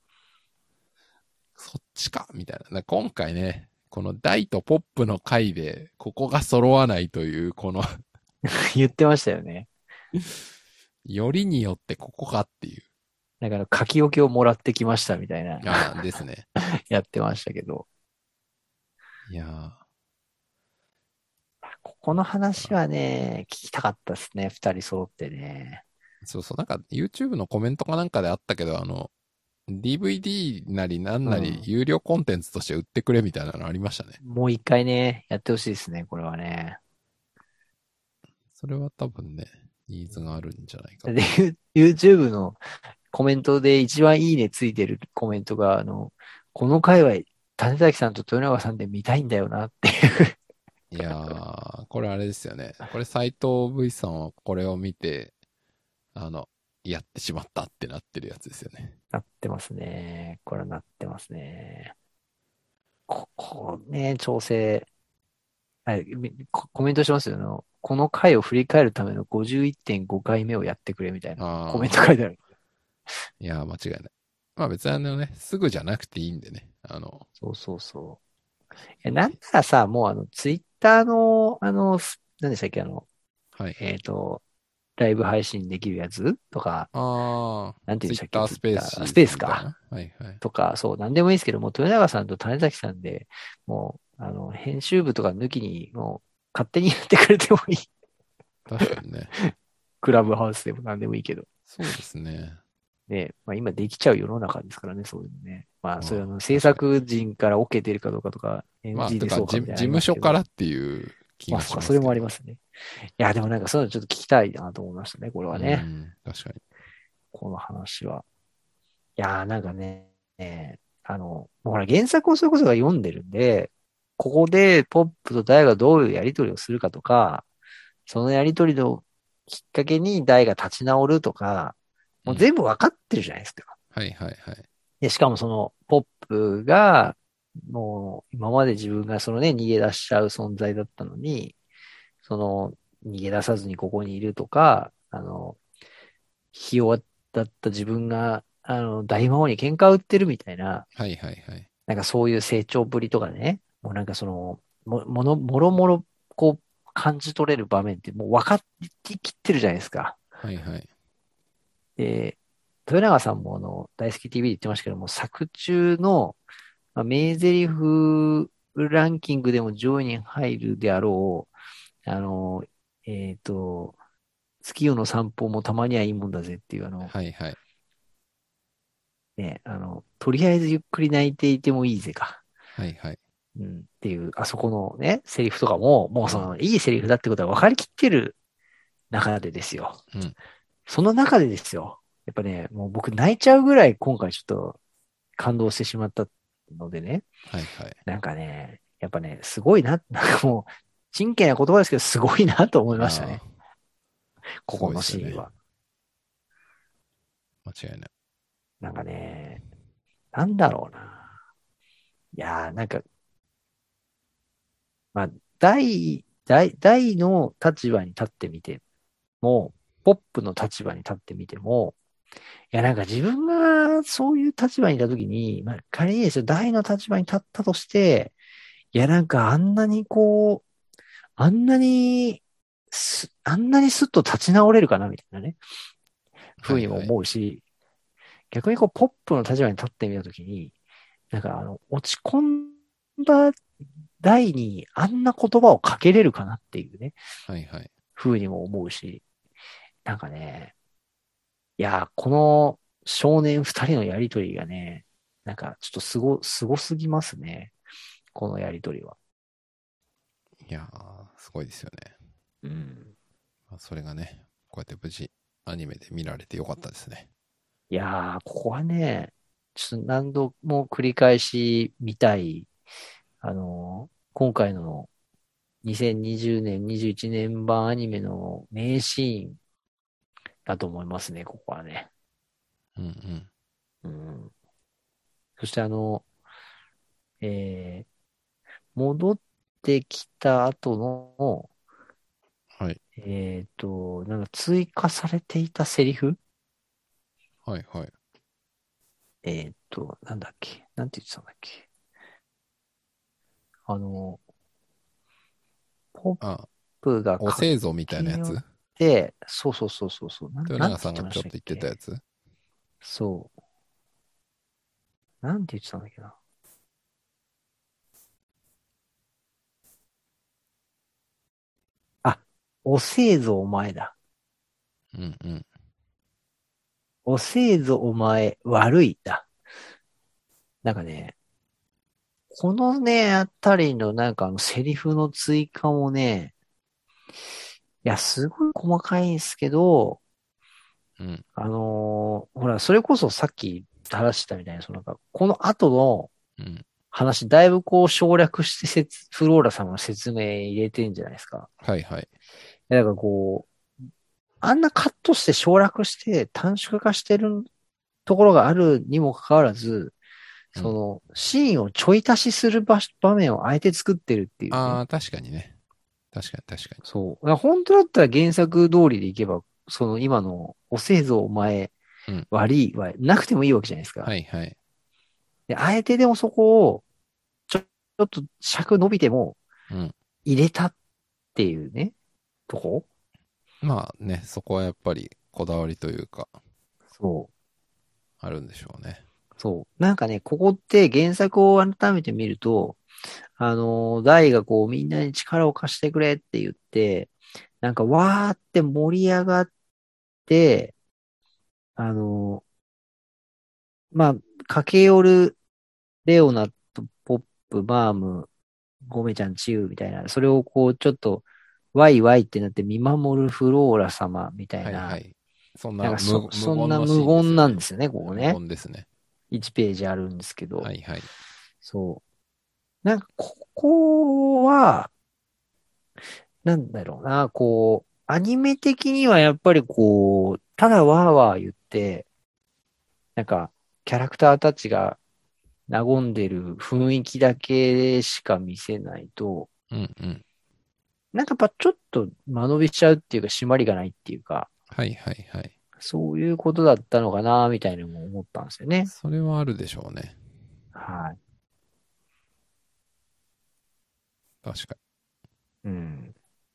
そっちかみたいな。今回ね、この大とポップの回で、ここが揃わないという、この言ってましたよね。 よりによってここかっていう。 だから書き置きをもらってきましたみたいな、 ですね。 やってましたけど。 いやー、 ここの話はね、聞きたかったですね。二人揃ってね。 そうそう、YouTube のコメントかなんかであったけど、DVD なりなんなりうん。 有料コンテンツとして売ってくれみたいなのありましたね。 もう一回ね、やってほしいですね、これはね。 それは多分ね、ニーズがあるんじゃないかで、 と。 YouTube のコメントで一番いいねついてるコメントが、この界隈、種崎さんと豊永さんで見たいんだよなっていういやー、これあれですよね。これ斎藤 V さんはこれを見て、あの、やってしまったってなってるやつですよね。 なってますね。これはなってますね。ここね、調整、はい、コメントしますよ。この回を振り返るための51.5回目をやってくれみたいなコメントあ書いてある。 いやー、間違いない。まあ別にね、すぐじゃなくていいんでね。 そうそうそう。なんならさ、もうツイッターの、何でしたっけ、 はい。 えっと、ライブ配信できるやつとか、 あー、 なんて言うんでしたっけ、 ツイッターツイッター、ススペーシーペースか。 ズみたいな。はいはい。 とか、そう、なんでもいいですけども、豊永さんと種崎さんで、もう、編集部とか抜きに、もう、勝手にやってくれてもいい。 確かにね。 クラブハウスでもなんでもいいけど。 そうですね。 ね、まあ今できちゃう世の中ですからね、そういうのね。まあ、それまあ、 制確かに。 作陣から OK 出るかどうかとか、 まあ、 NG とか、 出そうかみたいなのあり事務ますけど、 所からっていう気まあ、 がそうか、それしますけど。 もありますね。いや、でもなんかそういうのちょっと聞きたいなと思いましたね、これうはね。 ん、確かに。 この話は。いやー、なんかね、もうほら原作をそれこそが読んでるんで、ここでポップとダイがどういうやりとりをするかとか、そのやりとりのきっかけにダイが立ち直るとか、もううん。 全部わかってるじゃないですか。 はいはいはい。 で、しかもそのポップが、もう今まで自分がそのね、逃げ出しちゃう存在だったのに、その逃げ出さずにここにいるとか、ひ弱だった自分が、大魔王に喧嘩を売ってるみたいな、 はいはいはい。 なんかそういう成長ぶりとかね、もうなんかその、もろもろ、こう、感じ取れる場面ってもう分かってきってるじゃないですか。 はいはい。 で、豊永さんも大好き TV で言ってましたけども、作中の、まあ、名台詞ランキングでも上位に入るであろう、えっと、月夜の散歩もたまにはいいもんだぜっていうはいはい。 ね、とりあえずゆっくり泣いていてもいいぜか。 はいはい。 うん、っていう、あそこのね、セリフとかも、もううん。 その、いいセリフだってことは分かりきってる中でですよ。 うん。 その中でですよ。やっぱね、もう僕泣いちゃうぐらい今回ちょっと感動してしまったのでね、 はいはい。 なんかね、やっぱね、すごいな、なんかもう、真剣な言葉ですけど、すごいなと思いましたね。 いやー、すここごいですよね。 のシーンは。 間違いない。 なんかね、なんだろうな。いやー、なんか、まあ、大の立場に立ってみても、ポップの立場に立ってみても、いや、なんか自分がそういう立場にいたときに、まあ、仮にですよ、大の立場に立ったとして、いや、なんかあんなにこう、あんなにスッと立ち直れるかな、みたいなね、ふうにもはいはい。 思うし、逆にこう、ポップの立場に立ってみたときに、なんか落ち込んだ大にあんな言葉をかけれるかなっていうね、 はいはい。 ふうにも思うし、なんかね、いや、この少年二人のやりとりがね、なんかちょっとすごすぎますね。このやりとりは。 いやー、すごいですよね。 うん。 まあそれがね、こうやって無事アニメで見られてよかったですね。 いやー、ここはね、ちょっと何度も繰り返し見たい。今回の2020年、21年版アニメの名シーンだと思いますね、ここはね。 うんうん。 うん。そしてえ戻ってきた後の、 はい。 なんか追加されていたセリフはいはい。 なんだっけなんて言ってたんだっけあの、ポッあ、 プがお駆製造みたいなけ寄っやつて、そう、なんて言豊永さんってましたっがちょっと言ってたやけつ。 そう。なんて言ってたんだっけな。あ、おせえぞお前だ。 うんうん。 おせえぞお前悪いだ。なんかね、このね、あたりのなんかセリフの追加もね、いや、すごい細かいんですけど、 うん。 ほら、それこそさっき話したみたいに、そのなんか、この後のうん。 話、だいぶこう省略してフローラさんの説明入れてんじゃないですか。 はいはい。 だからこう、あんなカットして省略して短縮化してるところがあるにもかかわらず、 うん。 その、シーンをちょい足しする場面をあえて作ってるっていうね。 ああ、確かにね。確かに確かそう。だから本当だったら原作通りでいけば、その今の、おせえぞお前、 に。 うん。 悪いはなくてもいいわけじゃないですか。 はいはい。 で、あえてでもそこを、ちょっと尺伸びてもうん。 入れたっていうね、とこまあね、そこはやっぱりこだわりというか、 そう。 あるんでしょうね。 そう。なんかね、ここって原作を改めて見ると、大がこうみんなに力を貸してくれって言って、なんかわーって盛り上がって、あのまあ、駆け寄るレオナとポップ、バーム、ゴメちゃん、チユみたいな、それをこうちょっとワイワイってなって見守るフローラ様みたいな、 はいはい。そんななんか無そんな言のシ無言ーンですよね。 なんですよね、ここ無ね。 言ですね。 1ページあるんですけど、 はいはい。 そう。なんかここは、なんだろうな、こう、アニメ的にはやっぱりこう、ただワーワー言って、なんか、キャラクターたちが和んでる雰囲気だけしか見せないと、 うんうん。 なんかやっぱちょっと間延びしちゃうっていうか、締まりがないっていうか、 はいはいはい。 そういうことだったのかな、みたいなのも思ったんですよね。 それはあるでしょうね。 はい。 確かうん。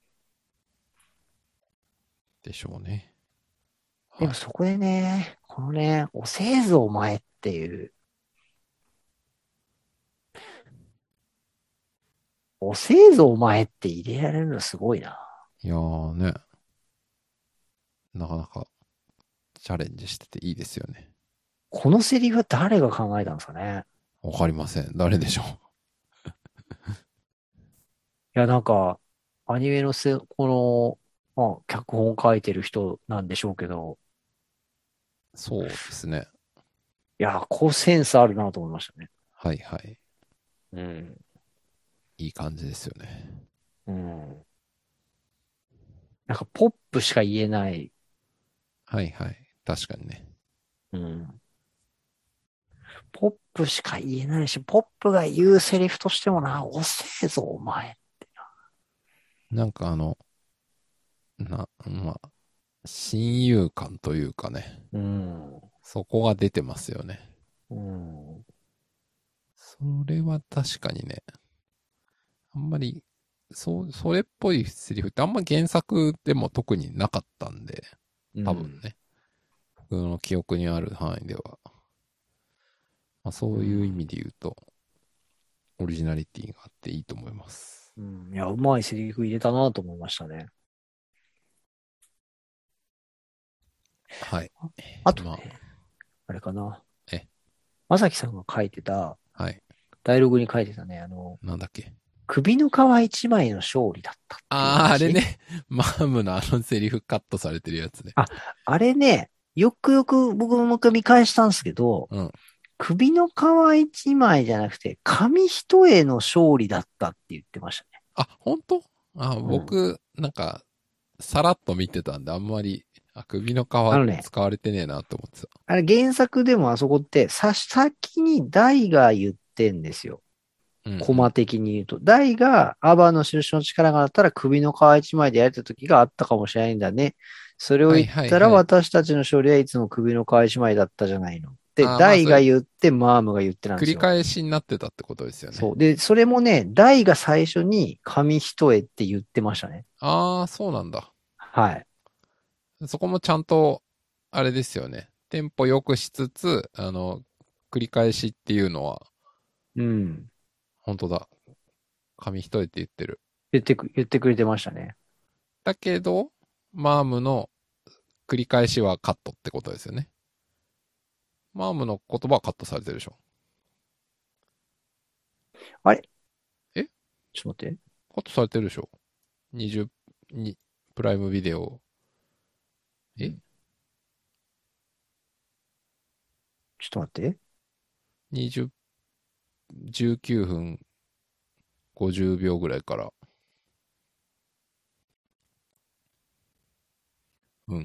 に。でしょうね。はい。 でもそこでね、このね、おせえぞお前っていう、おせえぞお前って入れられるのすごいな。 いやーね、なかなかチャレンジしてていいですよね。 このセリフは誰が考えたんですかね。 わかりません。誰でしょいや、なんか、アニメのこの、まあ、脚本書いてる人なんでしょうけど、 う。そうですね。 いや、こうセンスあるなと思いましたね。 はいはい。 うん。 いい感じですよね。 うん。なんか、ポップしか言えない。 はいはい。確かにね。 うん。ポップしか言えないし、ポップが言うセリフとしてもな、遅えぞ、お前。 なんかまあ、親友感というかね。 うん。 そこが出てますよね。 うん。 それは確かにね。あんまり、それっぽいセリフってあんま原作でも特になかったんで、 うん。 多分ね。僕の記憶にある範囲では。まあ、そういう意うん。 味で言うと、オリジナリティがあっていいと思います。 うん。いや、うまいセリフ入れたなと思いましたね。 はい。まあとね、あれかな。 あ、 まさきさんが書いてた、 はい。 ダイログに書いてたね、 なんだっけ。 首の皮一枚の勝利だったっていうあー、あれ話。 ね。マームのあのセリフカットされてるやつね。 あ、あれね、よくよく僕ももう一回見返したんですけど、 うん。 首の皮一枚じゃなくて、紙一重の勝利だったって言ってましたね。 あ、本当？あ、 うん。 僕、なんか、さらっと見てたんで、あんまり、首の皮あのね、 使われてねえなと思ってた。 あれ原作でもあそこって先にダイが言ってんですよ。 うんうん。 コマ的に言うと。ダイがアバの印の力があったら首の皮一枚でやれた時があったかもしれないんだね。それをはい言ったらはいはい。 私たちの勝利はいつも首の皮一枚だったじゃないの。で、 あー、まあ、 ダイそれ、 が言ってマームが言ってなんで繰りすよ。 返しになってたってことですよね。 そう。で、それもね、ダイが最初に紙一重って言ってましたね。 あー、そうなんだ。 はい。 そこもちゃんと、あれですよね。テンポ良くしつつ、繰り返しっていうのは、 うん。 本当だ。紙一重って言ってる。 言ってくれてましたね。 だけど、マームの繰り返しはカットってことですよね。マームの言葉はカットされてるでしょ。 あれえちょっと待って。 カットされてるでしょ？ 20 に、プライムビデオ。えうん、ちょっと待って。 ?20、19分50秒ぐらいから。うん。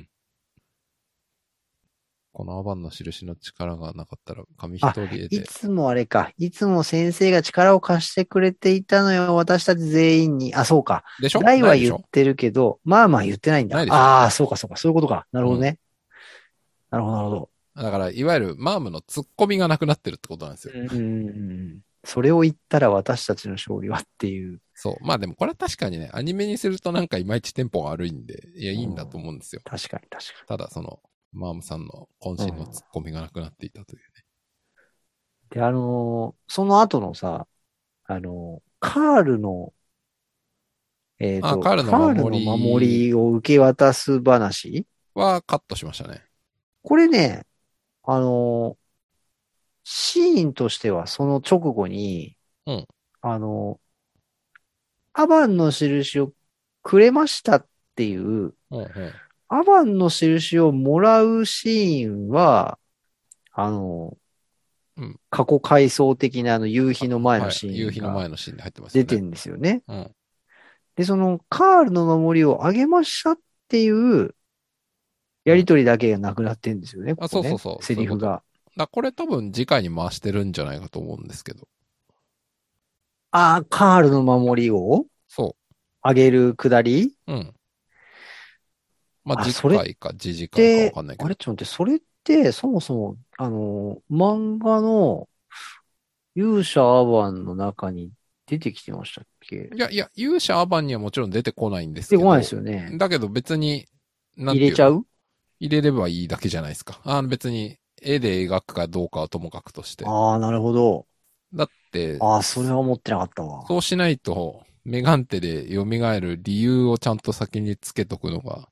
このアバンの印の力がなかったら紙あ、 一重で。 いつもあれか。いつも先生が力を貸してくれていたのよ。私たち全員に。あ、そうか。 でしょ？ 大はないでしょ？ 言ってるけど、まあまあ言ってないんだ。 ないでしょ？ ああ、そうかそうか。そういうことか。なるうん。 ほどね。なるほど、なるほど。 だから、いわゆるマームの突っ込みがなくなってるってことなんですよ。 うんうんうん。それを言ったら私たちの勝利はっていう。 そう。まあでもこれは確かにね、アニメにするとなんかいまいちテンポが悪いんで、いや、いいんだと思うんですよ。 確かに確かただマームさんの渾身の突っ込みがなくなっていたというね。 で、その後のさ、カールの、 あ、カールのカールの守守りりを受け渡す話。 はカットしましたね。 これね、あの、シーンとしてはその直後に、 うん。 あの、アバンの印をくれましたっていう、 うんうん。 アバンの印をもらうシーンは、あの、 うん。 過去回想的な夕日の前のはい。夕日のシーンが前のシーンで入ってますよね。 出てんですよね。 うん。 で、そのカールの守りをあげましたっていうやうん。 りとりだけがなくなってんですよね、こあ、 こね。 そうそうそう。そういうこと。 セリフが。 これ多分次回に回してるんじゃないかと思うんですけど。 ああ、カールの守りをそあげるくだり。 う。うん。まあ、 あ、 次それっ回か次々回かわて、 かんないけど。 あれちょっと待って、それってそもそも、漫画の勇者アバンの中に出てきてましたっけ？ いやいや、勇者アバンにはもちろん出てこないんです出てこないでけど、 すよね。 だけど別に、なんていうの入れちゃう。 入れればいいだけじゃないですか。別に絵で描くかどうかはともかくとして。 ああー、なるほど。 だって、 ああ、それは思ってなかったわ。 そうしないと、メガンテで蘇る理由をちゃんと先につけとくのが、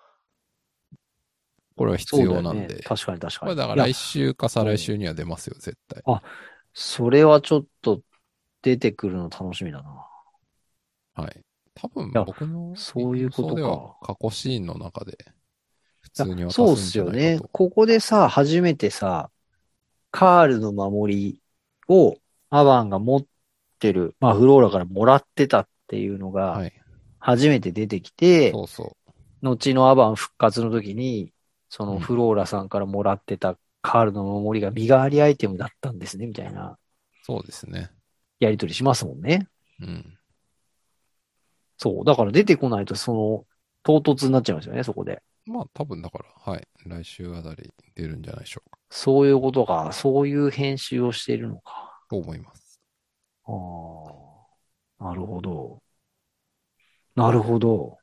これは必そうだよね。 要なんで。 確かに確かに。 これだからいや、 来週か再来うん。 週には出ますよ、絶対。 あ、それはちょっと出てくるの楽しみだな。 はい。多分いや、 僕のそういうこ予想ではとか。 過去シーンの中で普いや、 通に渡そうっすんじゃすよね。 ないかと。 ここでさ、初めてさ、カールの守りをアバンが持ってる、まあ、フローラからもらってたっていうのが、 はい。 初めて出てきて、 そうそ後のアバン復活の時に、そう。うのん。 フローラさんからもらってたカールの守りが身代わりアイテムだったんですね、みたいなそうですね。 やりとりしますもんね。 うん。 そう。だから出てこないと、唐突になっちゃいますよね、そこで。 まあ多分だから、はい。来週あたり出るんじゃないでしょうか。 そういうことか。そういう編集をしているのか。 と思います。 ああ、なるほど。なるほど。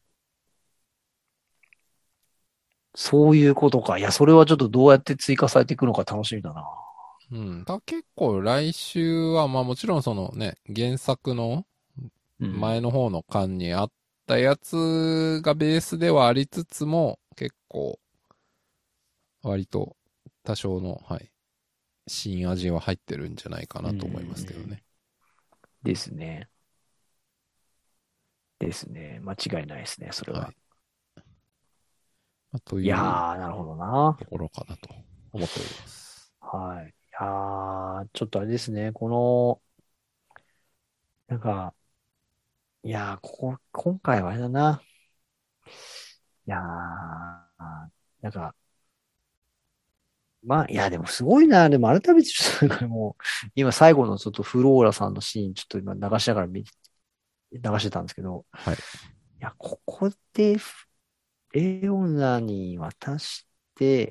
そういうことか。いや、それはちょっとどうやって追加されていくのか楽しみだな。 うん。結構来週は、まあもちろんそのね、原作のうん。 前の方の巻にあったやつがベースではありつつも、結構、割と多少の、はい、新味は入ってるんじゃないかうんうんなと思いますけどうん。 ね。 ですね。ですね。間違いないですね、それは。 はい。まあといやいうー、なるほどな。 ところかなと思っております。 はい。いやー、ちょっとあれですね。なんか、いやー、今回はあれだな。いやー、なんか、まあ、いや、でもすごいな。でも改めてちょっとなんかもう、今最後のちょっとフローラさんのシーン、ちょっと今流しながら流してたんですけど、 はい。 いや、ここでレオナに渡して、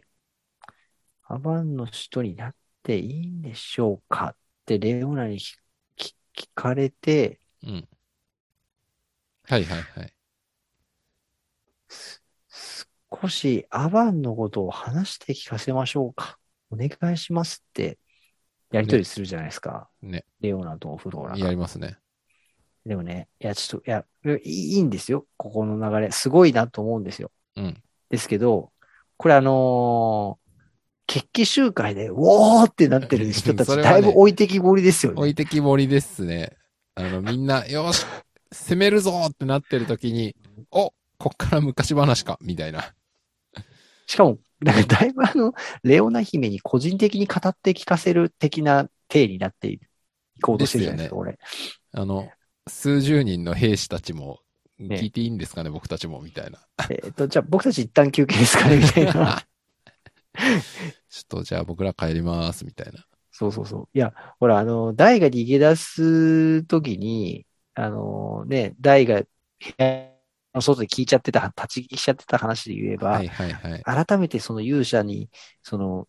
アバンの人になっていいんでしょうかってレオナに聞かれて、 うん。はいはいはい。 す少しアバンのことを話して聞かせましょうか。お願いしますってやりとね。 りするじゃないですか。 ね。 レオナとフローラが。 やりますね。 でもね、いや、ちょっと、いや、いいんですよ。ここの流れ。すごいなと思うんですよ。 うん。 ですけど、これ決起集会で、ウォーってなってる人たち、だいぶそれはね、 置いてきぼりですよね。 置いてきぼりですね。みんな、よし、攻めるぞってなってる時に、お、こっから昔話か、みたいな。 しかも、なんかだいぶレオナ姫に個人的に語って聞かせる的な体になっていこうとですよね。 してるじゃないですか、俺。 あの、数十人の兵士たちも、聞ね。 いていいんですかね、僕たちも、みたいな。 じゃあ僕たち一旦休憩ですかね、みたいな。 ちょっと、じゃあ僕ら帰ります、みたいな。 そうそうそう。いや、ほら、ダイが逃げ出すときに、ダイが部屋の外で聞いちゃってた、立ち聞きしちゃってた話で言えば、 はいはいはい。 改めてその勇者に、その、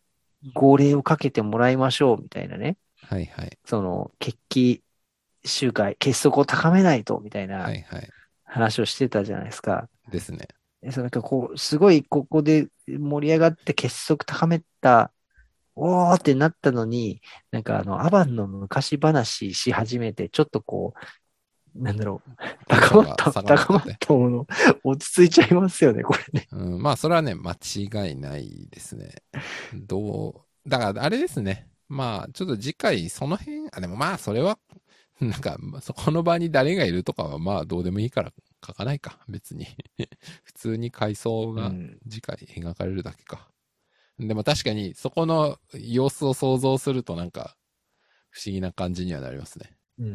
号令をかけてもらいましょうみたいなね。 はいはい。 その、決起集会、結束を高めないと、みたいなはいはい。 話をしてたじゃないですか。 ですね。 なんかこう、すごいここで盛り上がって結束高めた、おーってなったのに、なんかアバンの昔話し始めて、ちょっとこう、なんだろう、 テンションが下がっ高まっちゃって。 たもの、落ち着いちゃいますよね、これね。 うん、まあ、それはね、間違いないですね。だからあれですね。まあ、ちょっと次回その辺、でもまあ、それは、なんか、そこの場に誰がいるとかはまあ、どうでもいいから書かないか、別に。普通に階層がうん。 次回描かれるだけか。でも確かに、そこの様子を想像するとなんか、不思議な感じにはなりますね。 うん。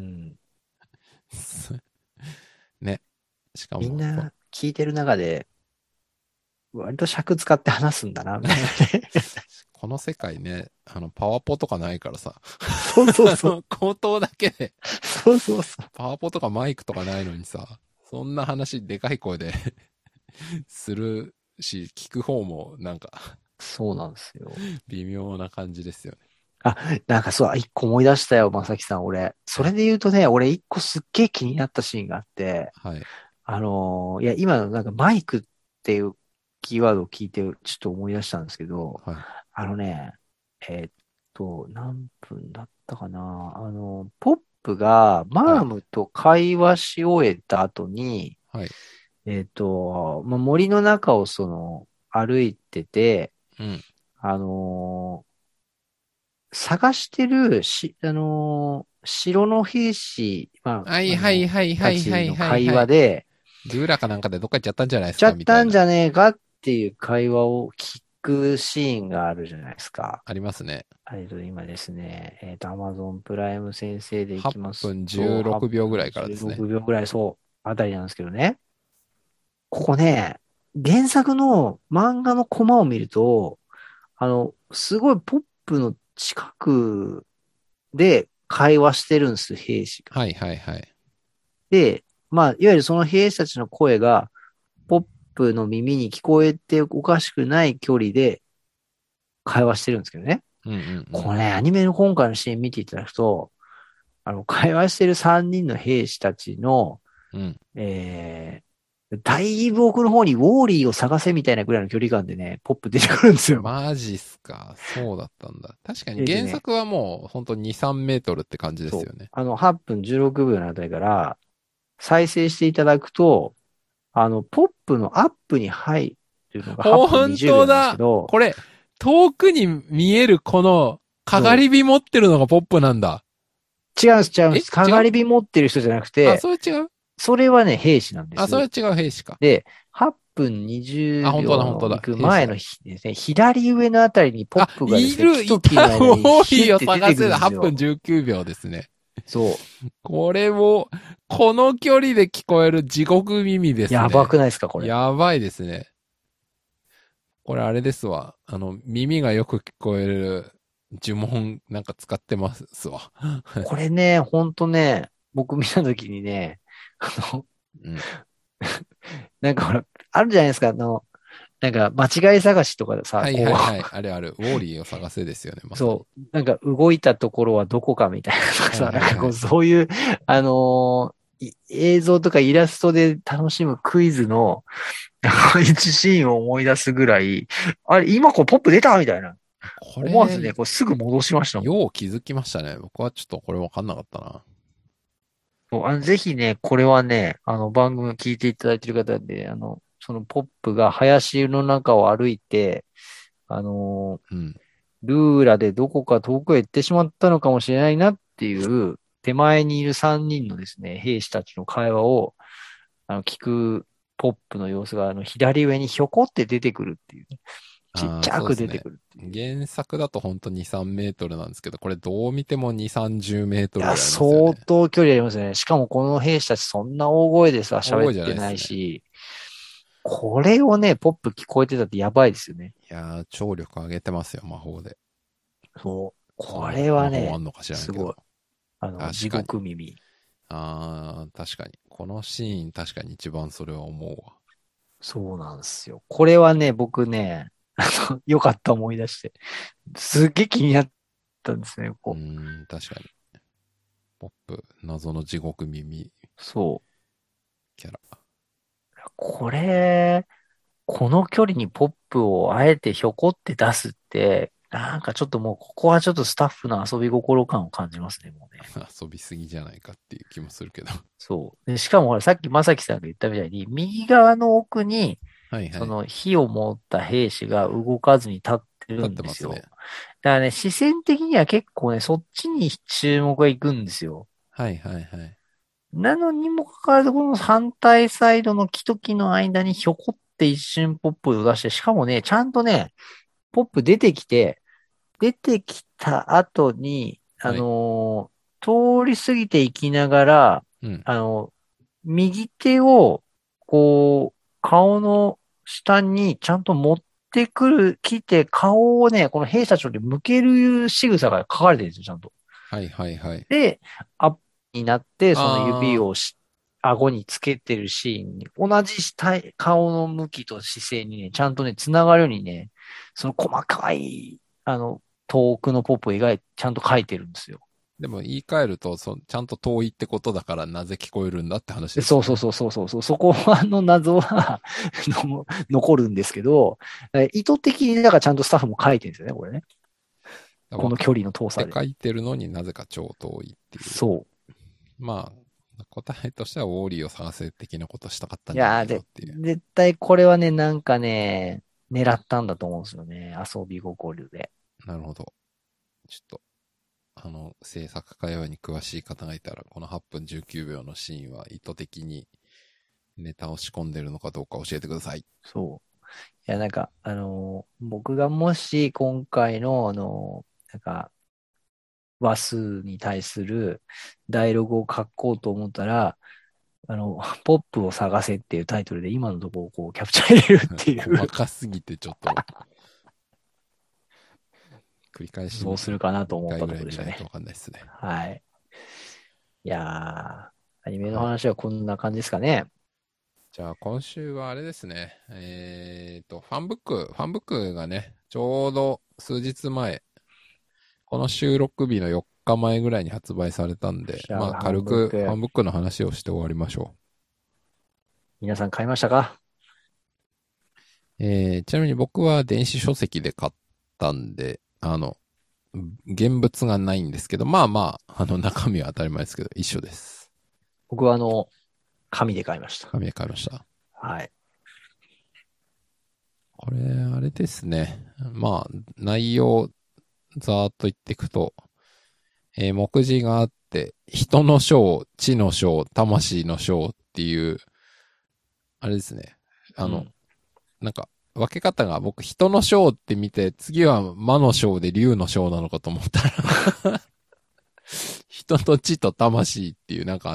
ね。しかも、 みんな聞いてる中で、割と尺使って話すんだな、みたいなね。 この世界ね、パワポとかないからさ、 そうそうそう。 口頭だけで、 そうそうそう。 パワポとかマイクとかないのにさ、そんな話でかい声でするし、聞く方もなんかそうなんですよ。 微妙な感じですよね。 あ、なんかそう、一個思い出したよ、まさきさん、俺。それはい。 で言うとね、俺一個すっげえ気になったシーンがあって、 はい。 いや、今のなんかマイクっていうキーワードを聞いて、ちょっと思い出したんですけど、 はい。 あのね、何分だったかな。ポップがはい。 マームと会話し終えた後に、 はい。 まあ、森の中を歩いてて、 うん。 あの探してる城の兵士、 はいはいはいはたいはいちの会はいはい。 話で、 ルーラかなんかでどっか行っちゃったんじゃないですちゃかみたいな。 ったんじゃねえかっていう会話を聞くシーンがあるじゃないですか。 ありますね。 今ですね、Amazon プライム先生でい 8 きます分と、8 16秒ぐら分いからです 16 ね。 秒ぐらい、そう、あたりなんですけどね。ここね、原作の漫画のコマを見ると、すごいポップの近くで会話してるんです、兵士が。 はいはいはい。 で、まあ、いわゆるその兵士たちの声が、ポップの耳に聞こえておかしくない距離で会話してるんですけどね。 うんうんうん。 このね、アニメの今回のシーン見ていただくと、会話してる3人の兵士たちの、 うん。 だいぶ奥の方にウォーリーを探せみたいなぐらいの距離感でね、ポップ出てくるんですよ。 マジっすか。そうだったんだ。確かにでね、 原作はもうほんと2、3メートルって感じですそう。 よね。 8分16秒のあたりから再生していただくと、ポップのアップに入るのが8分本 20秒なんですけ当だ。 ど、 これ、遠くに見えるこの、かがそり火持ってるのがポップなんだ。 う。違うんです、違うんでえす。か違うがり火持ってる人じゃなくあ、 て、 それ違うそれはね、兵士なんであ、それす。 は違う兵士か。 で、8分あ、 20 本当だ秒本当だ。 の行く兵士だ。 前の日ですね、左上のあたりにポッあ、 プがですね、木と木いた、ウの間にォーリーをヒュって出てく探せだ。8 るんですよ。 分19秒ですね。 そう。 これも、この距離で聞こえる地獄耳ですやばくね。 ないですか、これ。 やばいですね。これあれですわ。耳がよく聞こえる呪文なんか使ってますわ。 これね、ほんとね、僕見たときにね、あの、 うん。 なんかほら、あるじゃないですか、なんか間違い探しとかでさ、 はいはいはい。あれある。ウォーリーを探せですよね、まさに。 そう、なんか動いたところはどこかみたいなとかはいさ、なんかこう、 はいはい。 そういう、映像とかイラストで楽しむクイズの、一シーンを思い出すぐらい、あれ、今こうポップ出たみたいな。 これ、 思わずね、こうすぐ戻しましたもん。 よう気づきましたね。僕はちょっとこれわかんなかったな。 そうぜひね、これはね、番組を聞いていただいている方で、そのポップが林の中を歩いて、あの、 うん。 ルーラでどこか遠くへ行ってしまったのかもしれないなっていう、手前にいる3人のですね、兵士たちの会話を、聞くポップの様子が、左上にひょこって出てくるっていうね、ちっああ、 ちゃく出てそうですね。 くるっていう。 原作だとほんと2、3メートルなんですけど、これどう見ても2、30メートいや、 ルぐらいありますよね。 相当距離ありますね。しかもこの兵士たちそんな大声でさ、 大声じゃな喋ってないですね。 いし、これをね、ポップ聞こえてたってやばいですよね。 いやー、聴力上げてますよ、魔法で。 そう。 そこれの魔法あはね、 んのか知らんすごい。 けど。 地確かに。 獄耳。 あー、確かに。このシーン確かに一番それは思うわ。 そうなんですよ。これはね、僕ね、 よかった思い出して。すっげえ気になったんですね、 確かに。ポップ、謎の地獄耳そう。 キャラ。 これ、この距離にポップをあえてひょこって出すって、なんかちょっともう、ここはちょっとスタッフの遊び心感を感じますね、もうね。 遊びすぎじゃないかっていう気もするけど。 そう。で、しかもほら、さっきまさきさんが言ったみたいに、右側の奥に、 はいはい。 その火を持った兵士が動かずに立って立るってますね。 んですよ。だからね、視線的には結構ね、そっちに注目がいくんですよ。 はいはいはい。 なのにもかかわらず、この反対サイドの木と木の間にひょこって一瞬ポップを出して、しかもね、ちゃんとね、ポップ出てきて、出てきた後に、 はい。 通り過ぎていきながら、 うん。 右手を、こう、顔の下にちゃんと持ってきて、顔をね、この兵士たちに向ける仕草が書かれてるんですよ、ちゃんと。 はいはいはい。 で、アップになって、その指あを顎につけてるシーンに、同じ顔の向きと姿勢にね、ちゃんとね、繋がるようにね、その細かい、遠くのポップをちゃんと書いてるんですよ。 でも言い換えると、ちゃんと遠いってことだからなぜ聞こえるんだって話ですよね。 そうそうそうそうそうそう、そこはの謎は残るんですけど、意図的に、だからちゃんとスタッフも書いてるんですよね、これね。こ分かっの距離の遠さで。 て書いてるのになぜか超遠いっていう。 そう。 まあ、答えとしてはウォーリーを探せ的なことしたかったんじゃねいやー、 えのっていう。 絶対これはね、なんかね、狙ったんだと思うんですよね。遊び心で。 なるほど。ちょっと、制作会話に詳しい方がいたら、この8分19秒のシーンは意図的にネタを仕込んでるのかどうか教えてください。 そう。いや、なんか、僕がもし今回の、なんか、話数に対するダイログを書こうと思ったら、ポップを探せっていうタイトルで今のところをこうキャプチャー入れるってい細う、 かすぎてちょっと、繰り返しそうするかなと思っ 2回たぐらいところでしたね。 見ないとわかんないですね。 はい。いやー、アニメのはい。 話はこんな感じですかね。 じゃあ今週はあれですね。ファンブックがね、ちょうど数日前、この収録日の4日前ぐらいに発売されたんで、 じゃあ、 まあハン軽くファブック、 ンブックの話をして終わりましょ皆さん買いましたか？ う。ちなみに僕は電子書籍で買ったんで、現物がないんですけど、まあまあ、中身は当たり前ですけど、一緒です。 僕は紙で買いました。 紙で買いました。 はい。 これ、あれですね。まあ、内容、ざーっと言っていくと、目次があって、人の章、知の章、魂の章っていう、あれですね。あの、 うん。 なんか、分け方が僕、人の章って見て、次は魔の章で竜の章なのかと思ったら人と知と魂っていう、なんか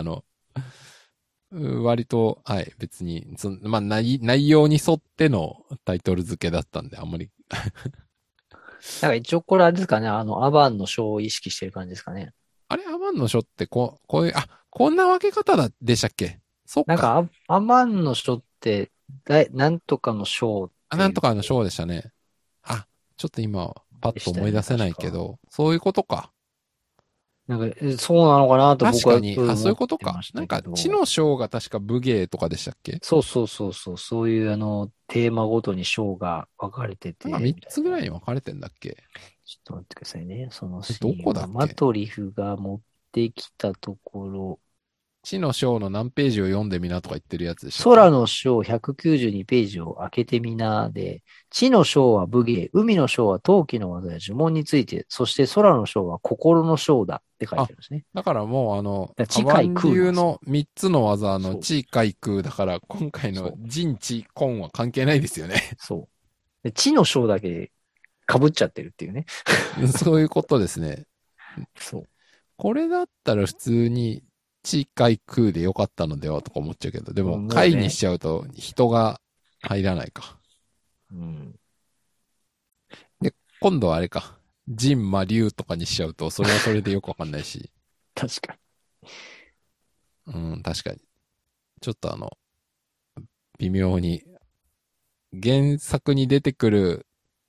割と、はい、別に、まあ、内容に沿ってのタイトル付けだったんで、あんまり、 なんか一応これあれですかね、アバンの章を意識してる感じですかね。 あれ、アマンの書ってこういう、こんな分け方でしたっけ？そっか。 なんかアバンの書って、なんとかの章っなんていう、 とかの章でしたね。あ、ちょっと今、パッとでしたよね、 思い出せな確か。 いけど、そういうことか。 なんか、そうなのかなと僕は確かに、そうい思っうことか。 てましたなんか、知けど、 の章が確か武芸とかでしたっけ？ そうそうそうそう、そういうテーマごとに章が分かれてて、 なんか3 みたいな。 つぐらいに分かれてんだっけ？ ちょっと待ってくださいね。そのシどーンは、マこだっけ？ トリフが持ってきたところ、 知の章の何ページを読んでみなとか言ってるやつでしたっけ？ 空の章192ページを開けてみなで、地の章は武芸、海の章は陶器の技や呪文について、そして空の章は心の章だって書いあ、 てあるんですね。 だからもうだからア地海バン流空なんですよ。 の3つの技のそう、 地海空だから、今回のそう、 人知根は関係ないですよね。 そう。で地の章だけ被っちゃってるっていうね。 そういうことですね。 そう。 これだったら普通に地海空でよかったのではとか思っちゃうけど、でも海にしもうね、 ちゃうと人が入らないか。 うん、 で、今度はあれか。人馬竜とかにしちゃうと、それはそれでよくわかんないし。 確かうん、確かに。ちょっと微妙に、原作に出てくる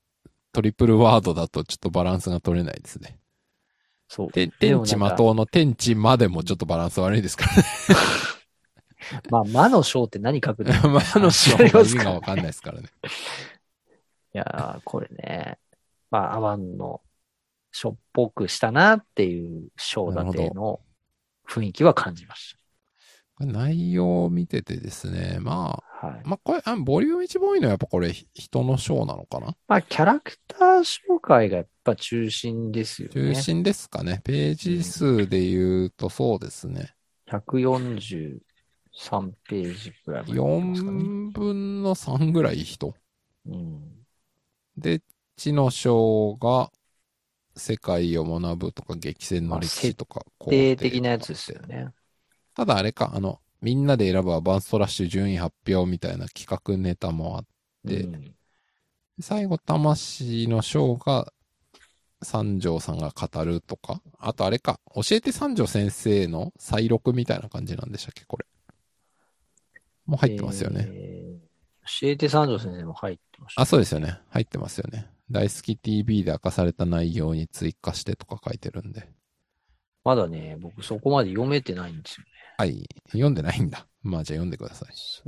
トリプルワードだとちょっとバランスが取れないですね。 そう。 天地でもなんか、 魔党の天地までもちょっとバランス悪いですからね。 まあ、魔の章って何書くんだみまたいなあ、の話あ章が意りますからね。 味がわかんないですからね。 いやー、これね、まあ、アバンの書っぽくしたなっていう章立なるほど。 ての雰囲気は感じまし内容を見ててですね、 た。はい。 これ、ボリューム1ボーイのやっぱこれ人の章なのかな？ まあ、キャラクター紹介がやっぱ中心ですよね。 中心ですかね。ページうん。 数で言うとそうですね。 143ページくらいまで持ってますかね。 4分の3ぐらい人。 うん。 で、知の章が世界を学ぶとか激戦のまあ、 歴史設とか皇定帝と的なやつでかって。 すよね。 ただあれか、みんなで選ぶアバンストラッシュ順位発表みたいな企画ネタもあって、 うん。 最後魂の章が三条さんが語るとか、あとあれか、教えて三条先生の再録みたいな感じなんでしたっけ、これ。もう入ってますよね。 教えて三条先生も入ってましあ、 たね。 そうですよね。入ってますよね。大好き TV で明かされた内容に追加してとか書いてるんで。 まだね、僕そこまで読めてないんですよね。 はい。読んでないんだ。まあじゃあ読んでください。 そう。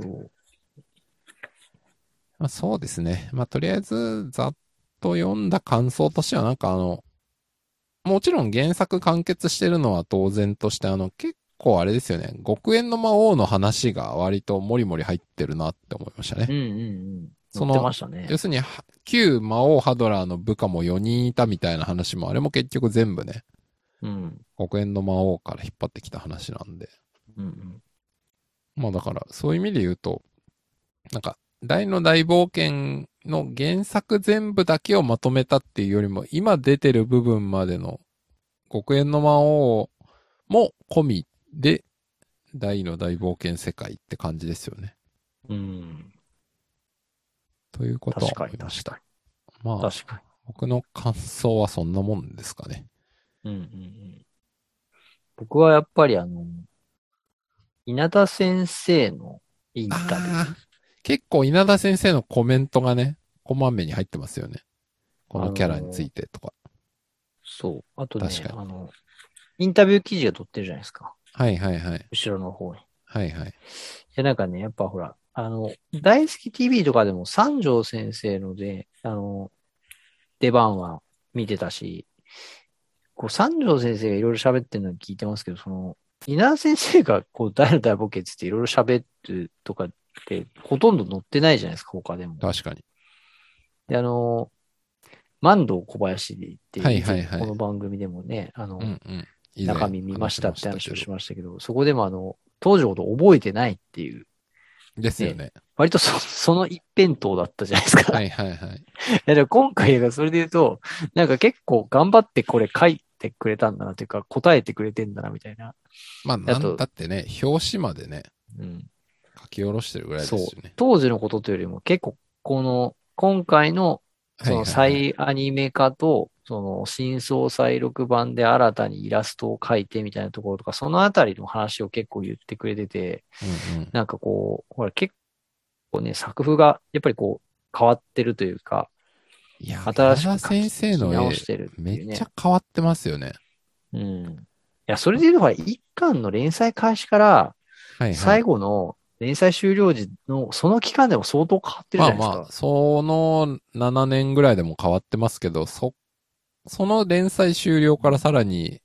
まあそうですね。まあとりあえず、ざっと読んだ感想としてはもちろん原作完結してるのは当然として結構あれですよね。極限の魔王の話が割ともりもり入ってるなって思いましたね。 うんうんうん。載ってその、 ましたね。 要するに、旧魔王ハドラーの部下も4人いたみたいな話も、あれも結局全部ね、 うん。 極限の魔王から引っ張ってきた話なんで。 うんうん。 まあだから、そういう意味で言うと、なんか、大の大冒険の原作全部だけをまとめたっていうよりも、今出てる部分までの極限の魔王も込みで、大の大冒険世界って感じですよね。 うん。 ということは確かに思いました。 確かに。 まあ、 確か僕の感想はそんなもんですかね。 に。うんうんうん。僕はやっぱり稲田先生のインタビュー。 ああ、結構稲田先生のコメントがね、こまめに入ってますよね。このキャラについてとか。 そう。あとね、 確かに。 インタビュー記事が載ってるじゃないですか。 はいはいはい。 後ろの方に。いはいはい。 や、なんかね、やっぱほら、大好き TV とかでも三条先生ので、出番は見てたし、こう、三条先生がいろいろ喋ってるの聞いてますけど、稲田先生がこう、大の大冒険つっていろいろ喋るとかって、ほとんど載ってないじゃないですか、他でも。 確かに。 で、万堂小林ってはい以前はいはい。 この番組でもね、 うんうん。以前中身見ましたっ話しまして話をしたけど。 ましたけど、そこでも当時のこと覚えてないっていう、ね、 ですよね。 割とその一辺倒だったじゃないですか。 はいはいはい。 いや、でも今回がそれで言うと、なんか結構頑張ってこれ書いてくれたんだなというか、答えてくれてんだなみたいな。 まああと、 だってね、表紙までね、 うん。 書き下ろしてるぐらいですそう。 よね。 当時のことというよりも結構、今回の、 はいはいはい。 再アニメ化と、新総再録版で新たにイラストを描いてみたいなところとか、そのあたりの話を結構言ってくれてて、 うんうん。 なんかこう、ほら結構ね、作風がやっぱりこう、変わってるというか、 いや、 新しく稲田先生きの絵、 直してるってめっちゃいうね。 変わってますよね。 うん。いや、それで言うと、ほら、一巻の連載開始から、最はいはい。 後の連載終了時の、その期間でも相当変わってるまあまあ、 じゃないですか。 その7年ぐらいでも変わってますけど、その連載終了からさらに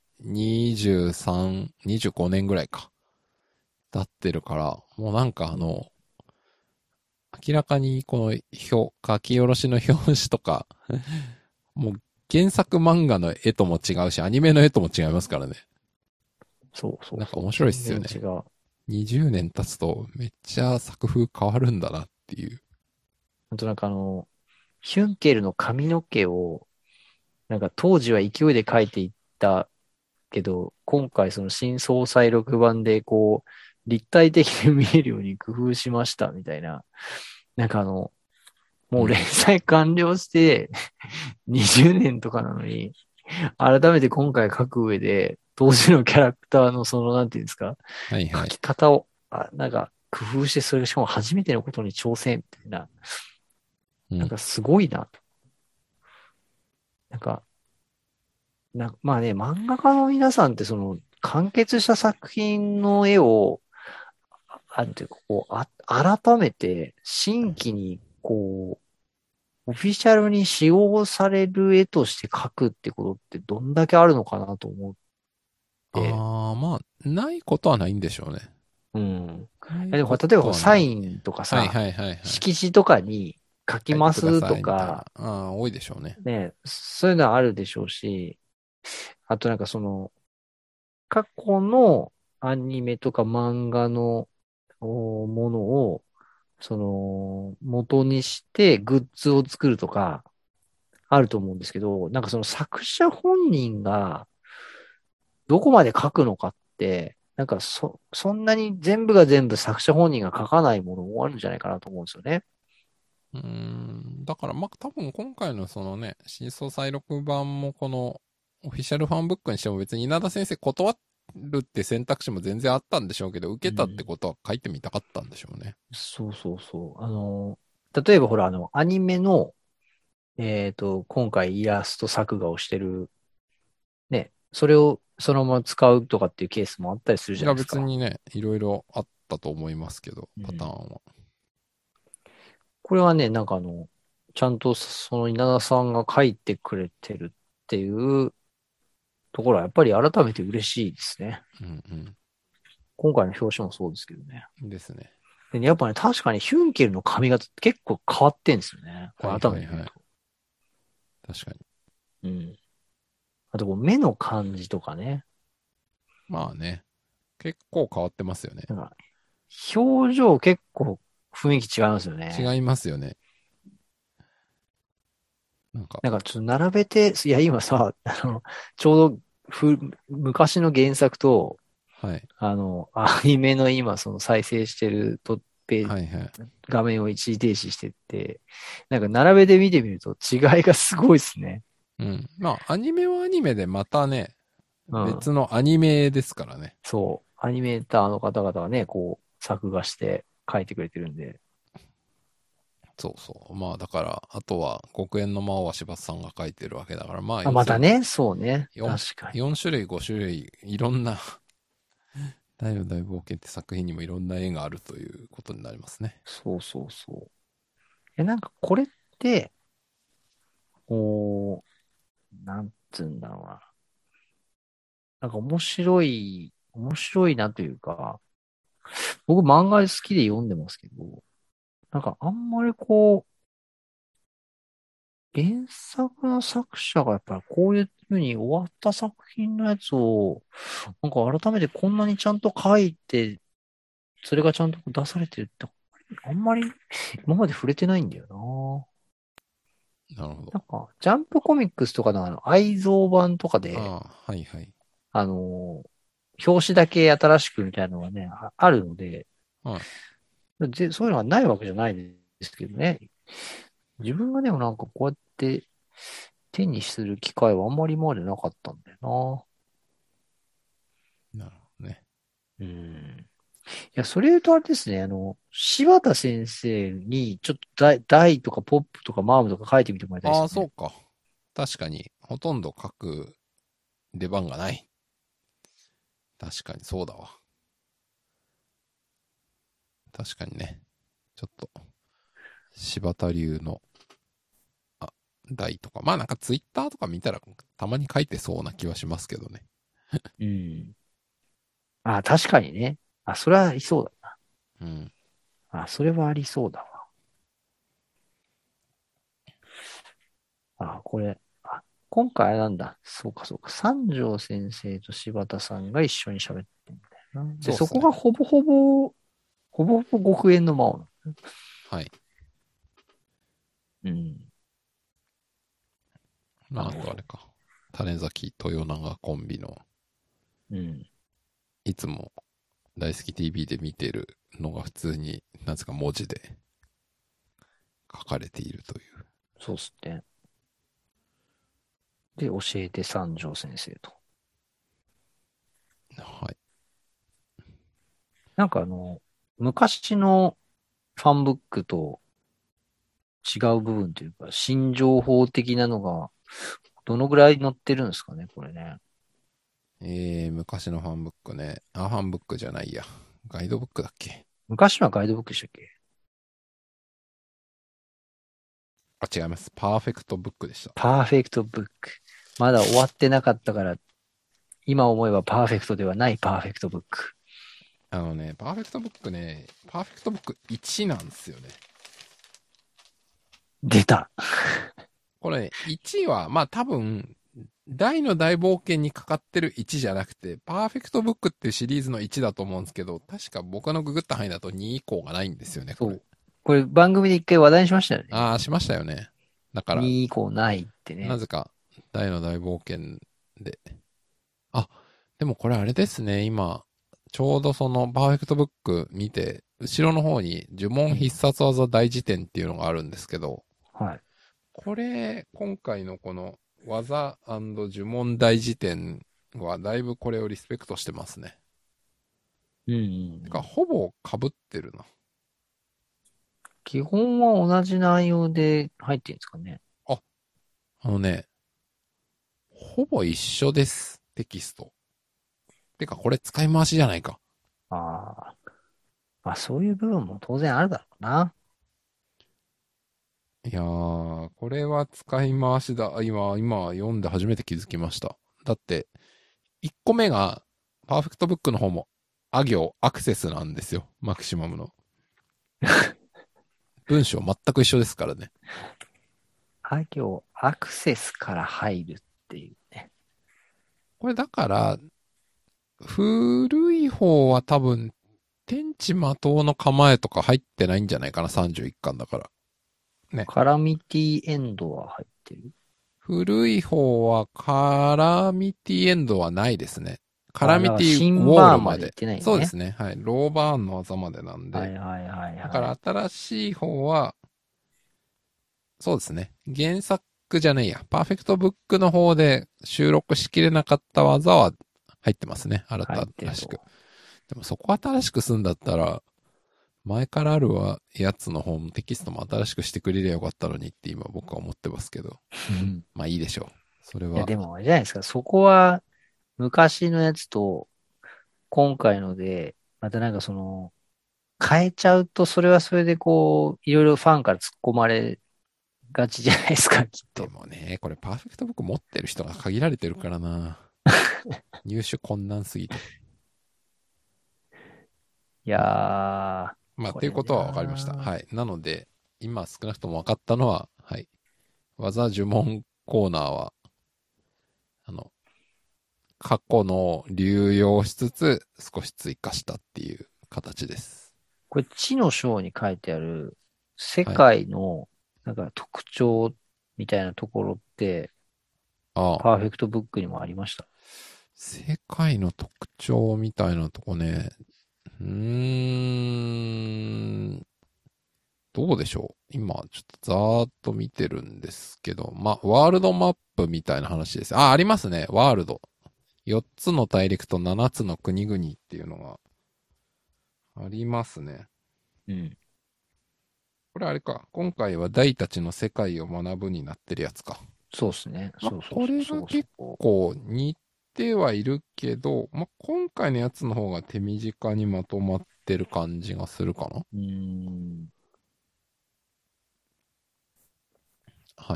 23、25年ぐらいか。経ってるから、もうなんかうん。 明らかにこの書き下ろしの表紙とか、もう原作漫画の絵とも違うし、アニメの絵とも違いますからね。 そうそうそう。 なんか面白いっ全すよね。 然違う。 20年経つとめっちゃ作風変わるんだなっていう。 あとなんかヒュンケルの髪の毛を、なんか当時は勢いで描いていったけど、今回その新総裁録版でこう、立体的に見えるように工夫しましたみたいな。なんかもう連うん。 載完了して20年とかなのに、改めて今回書く上で、当時のキャラクターのなんていうんですか、書はいはい。 き方を、なんか工夫して、それがしかも初めてのことに挑戦みたいな、 うん。 なんかすごいなと。 なんか、まあね、漫画家の皆さんって完結した作品の絵を、なんていうか、改めて、新規に、オフィシャルに使用される絵として描くってことってどんだけあるのかなと思って、 ああ、まあ、ないことはないんでしょうね。 うん。でも、 ないこ例えばとはない。 サインとかさ、 はいはいはいはい。 色紙とかに書き書いてくだますとさいみたいな。 か、 ああ、多いでしょうね。 ね、そういうのはあるでしょうし、あと過去のアニメとか漫画のものを、元にしてグッズを作るとか、あると思うんですけど、なんかその作者本人がどこまで書くのかって、なんかそんなに全部が全部作者本人が書かないものもあるんじゃないかなと思うんですよね。 だからまあ多分今回のそのね、新総再録版もこのオフィシャルファンブックにしても別に稲田先生断るって選択肢も全然あったんでしょうけど、受けたってうん。 ことは書いてみたかったんでしょうね。 そうそうそう。例えばほら、アニメの、今回イラスト作画をしてる、ね、それをそのまま使うとかっていうケースもあったりするいやじゃないですか。 別にね、いろいろあったと思いますけど、パターンうん。 は。 これはね、なんかちゃんとその稲田さんが書いてくれてるっていうところはやっぱり改めて嬉しいですね。 うん今回の表紙もそうですけどね。 うん。ですね。 でね、やっぱね、確かにヒュンケルの髪型結構変わってんですよね。こはいれ改はいはい。 めて見ると。 確かに。 うん。あと目の感じとかね。 まあね、結構変わってますよね。 なんか、表情結構雰囲気違いますよね。 違いますよね。なんか、 なんかちょっと並べて、いや今さ、ちょうど昔の原作と、 はい。 アニメの今その再生してるはいはい。 画面を一時停止してって、なんか並べて見てみると違いがすごいですね。 うん。まあ、アニメはアニメでまたね、 うん。 別のアニメですからね。 そう。アニメーターの方々がね、作画して書いてくれてるんで。 そうそう。まあ、だから、あとは、黒煙の魔王は柴田さんが書いてるわけだから、まあ、 あ、 要するにまたね、そうね。 4、 確かに。 4種類、5種類、いろんな大の大冒険って作品にもいろんな絵があるということになりますね。 そうそうそう。なんかこれって、なんつうんだろうな。なんか面白いなというか、僕漫画好きで読んでますけど、なんかあんまり原作の作者がやっぱりこういうふうに終わった作品のやつを、なんか改めてこんなにちゃんと書いて、それがちゃんと出されてるって、あんまり今まで触れてないんだよなるほど。 な。なんか、ジャンプコミックスとかの愛蔵版とかで、 ああ、はいはい。 あの、表紙だけ新しくみたいなのがね、あるので、 はい。 そういうのがないわけじゃないですけどね。自分がでもなんかこうやって手にする機会はあんまり今までなかったんだよなるほどね。 な。うん。いや、それ言うとあれですね、柴田先生に、ちょっとダイとかポップとかマームとか書いてみてもらいたいでああ、 すよね。 そうか。確かに、ほとんど書く出番がない。確かにそうだわ。確かにね。ちょっと、柴田流の、あ、台とか。まあなんかツイッターとか見たらたまに書いてそうな気はしますけどね。 うん。あ、確かにね。あ、それはありそううん。 だ。あ、それはありそうだわ。あ、これ、今回あれなんだ。そうかそうか。三条先生と柴田さんが一緒に喋ってんだよな。で、そこそうっすね。 がほぼほぼ極限の魔王なの。 はい。 うん。なまあ、あるほど。 とあれか。種崎豊永コンビの、 うん。 いつも大好き TV で見てるのが普通になぜか文字で書かれているという。 そうっすね。で、教えて三条先生と。 はい。 なんか昔のファンブックと違う部分というか、新情報的なのがどのぐらい載ってるんですかね、これね。 昔のファンブックね。あ、ファンブックじゃないや。ガイドブックだっけ？ 昔のはガイドブックでしたっけ？ あ、違います。パーフェクトブックでした。 パーフェクトブック。まだ終わってなかったから、今思えばパーフェクトではないパーフェクトブック。 あのね、パーフェクトブックね、パーフェクトブック1なんですよね。 出た。 これ、1は、まあ多分、大の大冒険にかかってる1じゃなくて、パーフェクトブックっていうシリーズの1だと思うんですけど、確か僕のググった範囲だと2以降がないんですよね、これ。 そう。これ番組で一回話題にしましたよね。 ああ、しましたよね。だから、 2以降ないってね。 なぜか、大の大冒険で。あ、でもこれあれですね、今、ちょうどそのパーフェクトブック見て、後ろの方に呪文必殺技大辞典っていうのがあるんですけど、 はい。 これ、今回のこの技呪文大辞典はだいぶこれをリスペクトしてますね。 うんうんてか、 うん。 ほぼ被ってるな。 基本は同じ内容で入ってるんですかね。 あ、あのね、ほぼ一緒です。テキスト。てか、これ使い回しじゃないか。 ああ。まあそういう部分も当然あるだろうな。 いやー、これは使い回しだ。今読んで初めて気づきました。だって、1個目が、パーフェクトブックの方も、あ行アクセスなんですよ。マキシマムの。文章全く一緒ですからね。 作業、アクセスから入るっていうね。 これだから、古い方は多分、天地魔党の構えとか入ってないんじゃないかな、31巻だから。ね。 カラミティエンドは入ってる。 古い方は、カラミティエンドはないですね。カああ、だからラミティウ新ォーバーンまで行っルまで。 てないね。 そうですね。はい。ローバーンの技までなんで。 はいはいはいだかはい。 ら新しい方は、そうですね。原作じゃないや。パーフェクトブックの方で収録しきれなかった技は入ってますね。新入ってると。 しく。でもそこ新しくすんだったら、前からあるやつの方もテキストも新しくしてくれりゃよかったのにって今僕は思ってますけど。 うんまあいいでしょう。それいや、 は。 でもあれじゃないですか。そこは昔のやつと今回ので、またなんかその、変えちゃうとそれはそれでこう、いろいろファンから突っ込まれがちじゃないですか、きっでと。 もね、これパーフェクトブック持ってる人が限られてるからな。入手困難すぎて。 いやー、 まあ、っこれていうことは分かりました。 なはい。なので、今少なくとも分かったのは、はい。技呪文コーナーは、あの、過去の流用しつつ少し追加したっていう形です。 これ、知の章に書いてある世はい。 界のなんか特徴みたいなところって、 ああ、 パーフェクトブックにもありました。 世界の特徴みたいなとこね。どうでしょう。今、ちょっとざーっと見てるんですけど、まあ、ワールドマップみたいな話です。あ、ありますね。ワールド。4つの大陸と7つの国々っていうのがありますね。 うん。 これあれか。今回は大たちの世界を学ぶになってるやつか。 そうですね。 まあ、 そうそうこそうそう、それが結こ。 構似てはいるけど、まあ、今回のやつの方が手短にまとまってる感じがするかな。 うーん。 はい。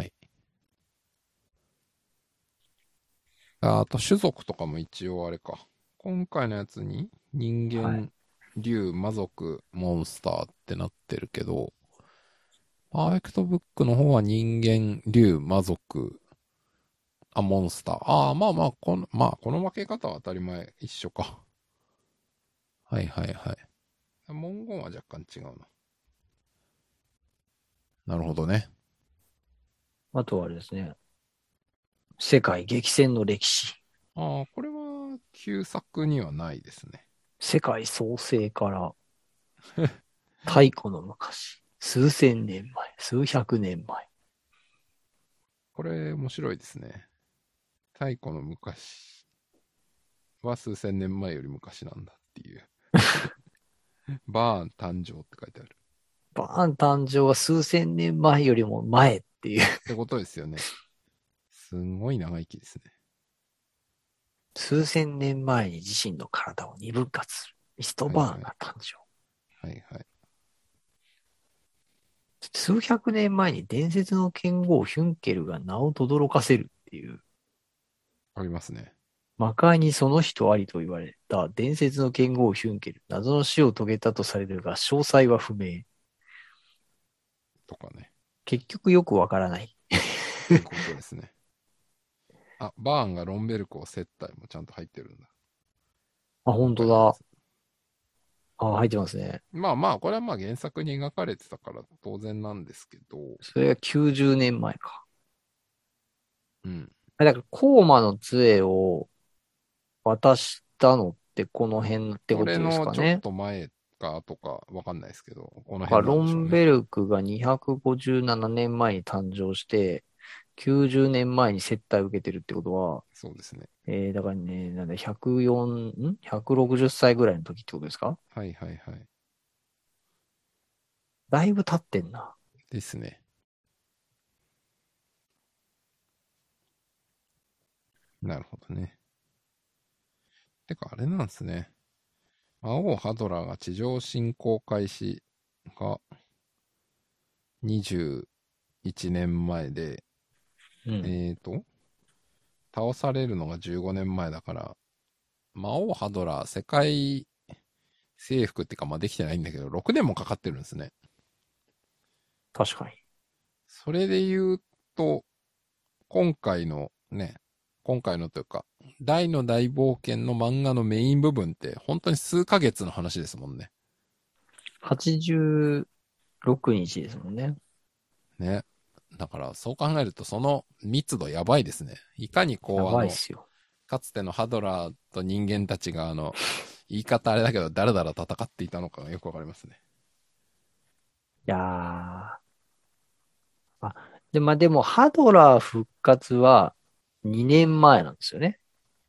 あと種族とかも一応あれか。今回のやつに人はい。 間、竜、魔族、モンスターってなってるけど、パーフェクトブックの方は人間、竜、魔族、モンスター。この分け方は当たり前一緒か。はいはいはい。文言は若干違うな。なるほどね。 あとはあれですね。世界激戦の歴史。 これは旧作にはないですね。 世界創生から太古の昔。数千年前、数百年前。 これ面白いですね。太古の昔は数千年前より昔なんだっていう。バーン誕生って書いてある。 バーン誕生は数千年前よりも前っていう。 ってことですよね。 すごい長生きですね。 数千年前に自身の体を二分割する。ミストバーンはいはい。 が誕生。 はいはい。 数百年前に伝説の剣豪ヒュンケルが名を轟かせるっていう、 ありますね。 魔界にその人ありと言われた伝説の剣豪ヒュンケル、謎の死を遂げたとされるが、詳細は不明。 とかね。 結局よくわからない。 ということですね。あ、バーンがロンベルクを接待もちゃんと入ってるんだ。 あ、 今本当だ。 回のやつ。 あ、入ってますね。 まあまあ、これはまあ原作に描かれてたから当然なんですけど、 それが90年前か。 うん。 だから、コーマの杖を渡したのってこの辺ってこことですれのちょっかね。 と前かとかわかんないですけど、このだから辺なんでしょうね。 ロンベルクが257年前に誕生して、90年前に接待を受けてるってことは、 そうですね。 だからね、なんで104、160歳ぐらいの時ってことですか？ はいはいはい。 だいぶ経ってんな。 ですね。なるほどね。てかあれなんですね。魔王ハドラーが地上侵攻開始が21年前で、 うん。 えーと、倒されるのが15年前だから、魔王ハドラー世界征服っていうか、まあできてないんだけど、6年もかかってるんですね。 確かに。 それで言うと、今回のね、今回のというか、大の大冒険の漫画のメイン部分って本当に数ヶ月の話ですもんね。 86日ですもんね。 ね。だからそう考えるとその密度やばいですね。いかにやこうばいっすよ。 かつてのハドラーと人間たちが言い方あれだけど、だらだら戦っていたのかがよくわかりますね。 いやー。あ、でも、ハドラー復活は2年前なんですよね。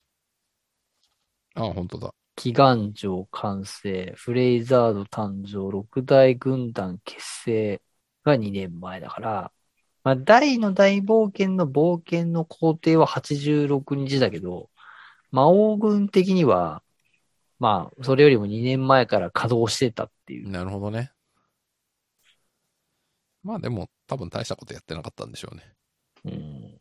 ああ、本当だ。 祈願城完成、フレイザード誕生、六大軍団結成が2年前だから、まあ、大の大冒険の冒険の工程は86日だけど、魔王軍的には、まあ、それよりも2年前から稼働してたっていう。 なるほどね。まあでも、多分大したことやってなかったんでしょうね。 うん。い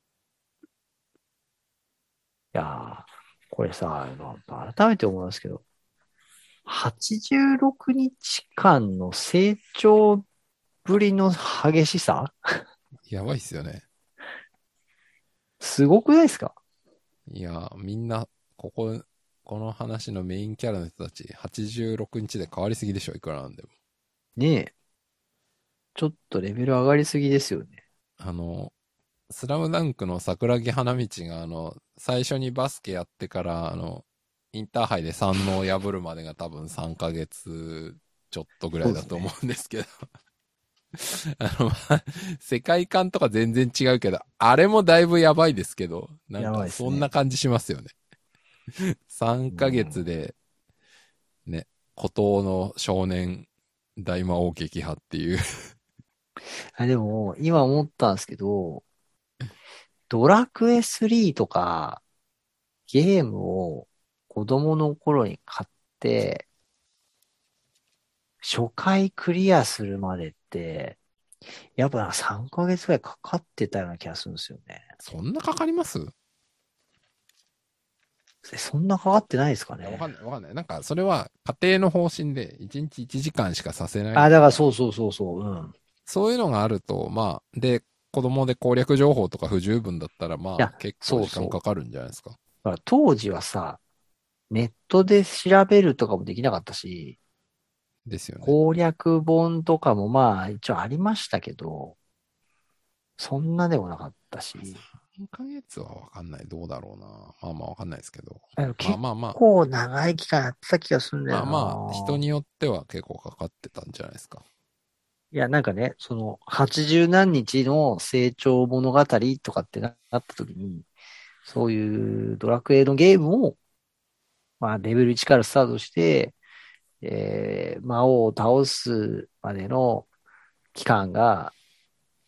やー、これさ、改めて思いますけど、86日間の成長ぶりの激しさやばいっすよね。 すごくないですか？ いや、みんな、この話のメインキャラの人たち、86日で変わりすぎでしょ、いくらなんでも。 ねえ。ちょっとレベル上がりすぎですよね。 あの、スラムダンクの桜木花道が最初にバスケやってから、インターハイで三能を破るまでが多分3ヶ月ちょっとぐらいだと思そうですね。 うんですけど、まあ世界観とか全然違うけど、あれもだいぶやばいですけど、なんやばかいですね。 そんな感じしますよね。3 うヶ月ん。 で、ね、孤島の少年大魔王撃破っていう。 でも、今思ったんですけど、ドラクエ3とか、ゲームを子供の頃に買って、初回クリアするまでって、やっぱ3ヶ月くらいかかってたような気がするんですよね。 そんなかかります？いそんなかかってないですかや、わね。 かんない、わかんない。なんか、それは家庭の方針で、1日1時間しかさせないあ、だからとか、 そうそうそうそう、うん。 そういうのがあると、まあ、で、子供で攻略情報とか不十分だったら、 いや、 まあ、結構時間かそうそう。 かるんじゃないですか。 だから当時はさ、ネットで調べるとかもできなかったし、 ですよね。 攻略本とかもまあ一応ありましたけど、そんなでもなかったし、 3ヶ月はわかんない。どうだろうな。まあまあわかんないですけど。まあ結まあまあ。 構長い期間やってた気がするんだよまあまあ、人な。 によっては結構かかってたんじゃないですか。 いや、なんかね、その80何日の成長物語とかってなった時に、そういうドラクエのゲームを、まあレベル1からスタートして、魔王を倒すまでの期間が、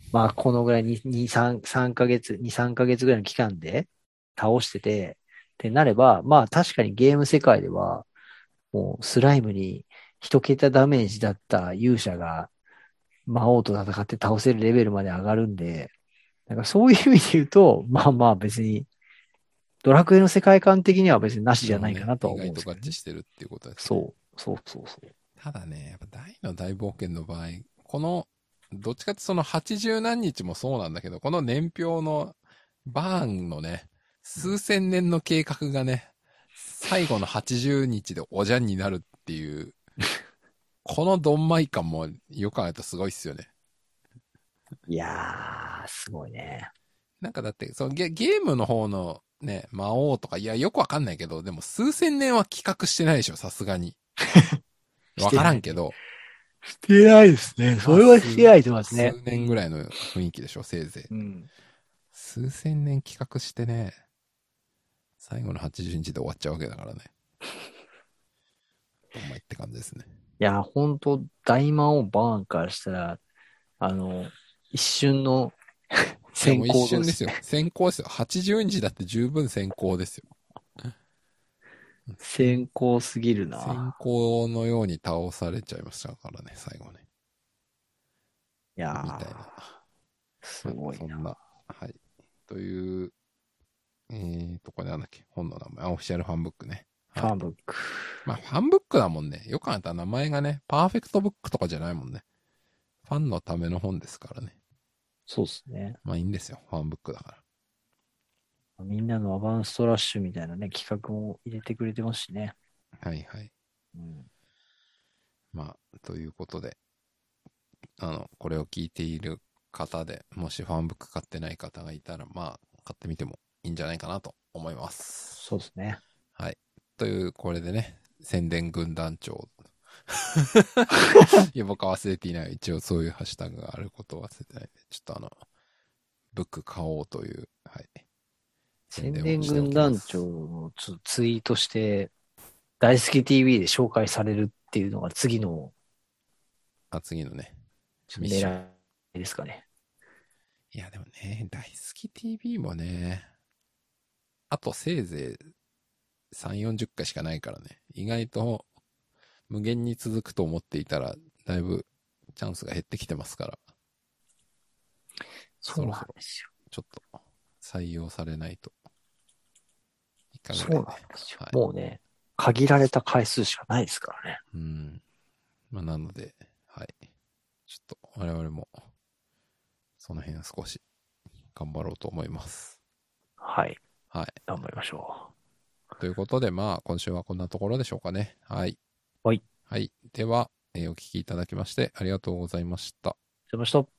まあ、このぐらい3ヶ月、2、3ヶ月ぐらいの期間で倒してて、ってなれば、まあ確かにゲーム世界では、もうスライムに一桁ダメージだった勇者が魔王と戦って倒せるレベルまで上がるんで、なんかそういう意味で言うと、まあまあ別に、ドラクエの世界観的には別になしじゃないかでもね、 なとは思うん意外と合ですけどね。 致してるっていうことですね。 そう、そうそうそう。 ただね、やっぱ大の大冒険の場合、この、どっちかってその80何日もそうなんだけど、この年表のバーンのね、数千年の計画がね、最後の80日でおじゃんになるっていう、このどんまい感もよく考えるとすごいっすよね。 いやー、すごいね。 なんかだって、そのゲームの方のね、魔王とか、いや、よくわかんないけど、でも数千年は企画してないでしょ、さすがに。わかしてないね。 らんけど、 してないですね。そまあ、 れはしてないと思いますね。 数年ぐらいの雰囲気でしょ、せいぜい。 うん。 数千年企画してね、最後の80日で終わっちゃうわけだからね。どんまいって感じですね。 いや、ほんと、大魔王バーンからしたら、あの、一瞬のいや、も先う一行です。 瞬ですよ。先行ですよ。80日だって十分先行ですよ。 先行すぎる先な。 行のように倒されちゃいましたからね、最後ね。 いやみたいな。 ー、すなんかごいな。 そんな、はい。という、これなんだっけ、本の名前、オフィシャルファンブックね。 フはい。 ァンブック。 まあ、ファンブックだもんね。よくあった名前がね、パーフェクトブックとかじゃないもんね。ファンのための本ですからね。 そうですね。 まあいいんですよ。ファンブックだかみんなのアバンストラッシュみたいなね、企画も入れてくれてますしね。 ら。はいはい。 うん、 まあ、ということで、これを聞いている方で、もしファンブック買ってない方がいたら、まあ、買ってみてもいいんじゃないかなと思います。 そうですね。 はい。という、これでね、宣伝軍団長。いや、僕は忘れていない。一応そういうハッシュタグがあることを忘れてないんで、ちょっとブック買おうという、はい、宣宣伝をしてお伝軍団長きます。 のちょっとツイートして、大好き TV で紹介されるっていうのが次のあ、次のね、 ちょっとミッション。 狙いですかね。 いや、でもね、大好き TV もね、あとせいぜい3、40回しかないからね。意外と無限に続くと思っていたら、だいぶチャンスが減ってきてますから、 そうなそろそろんですよ。 ちょっと採用されないといかぐそうなんらいね。 ですよ。 はい。 もうね、限られた回数しかないですからね。 うん。まあ、なので、はい。ちょっと我々もその辺少し頑張ろうと思います。 はい。 はい。 頑張りましょということで、まあ、今週はこんなところでしょうかね。はい。 う。はい。 はい。では、お聞きいただきましてありがとうございました。 じゃあました。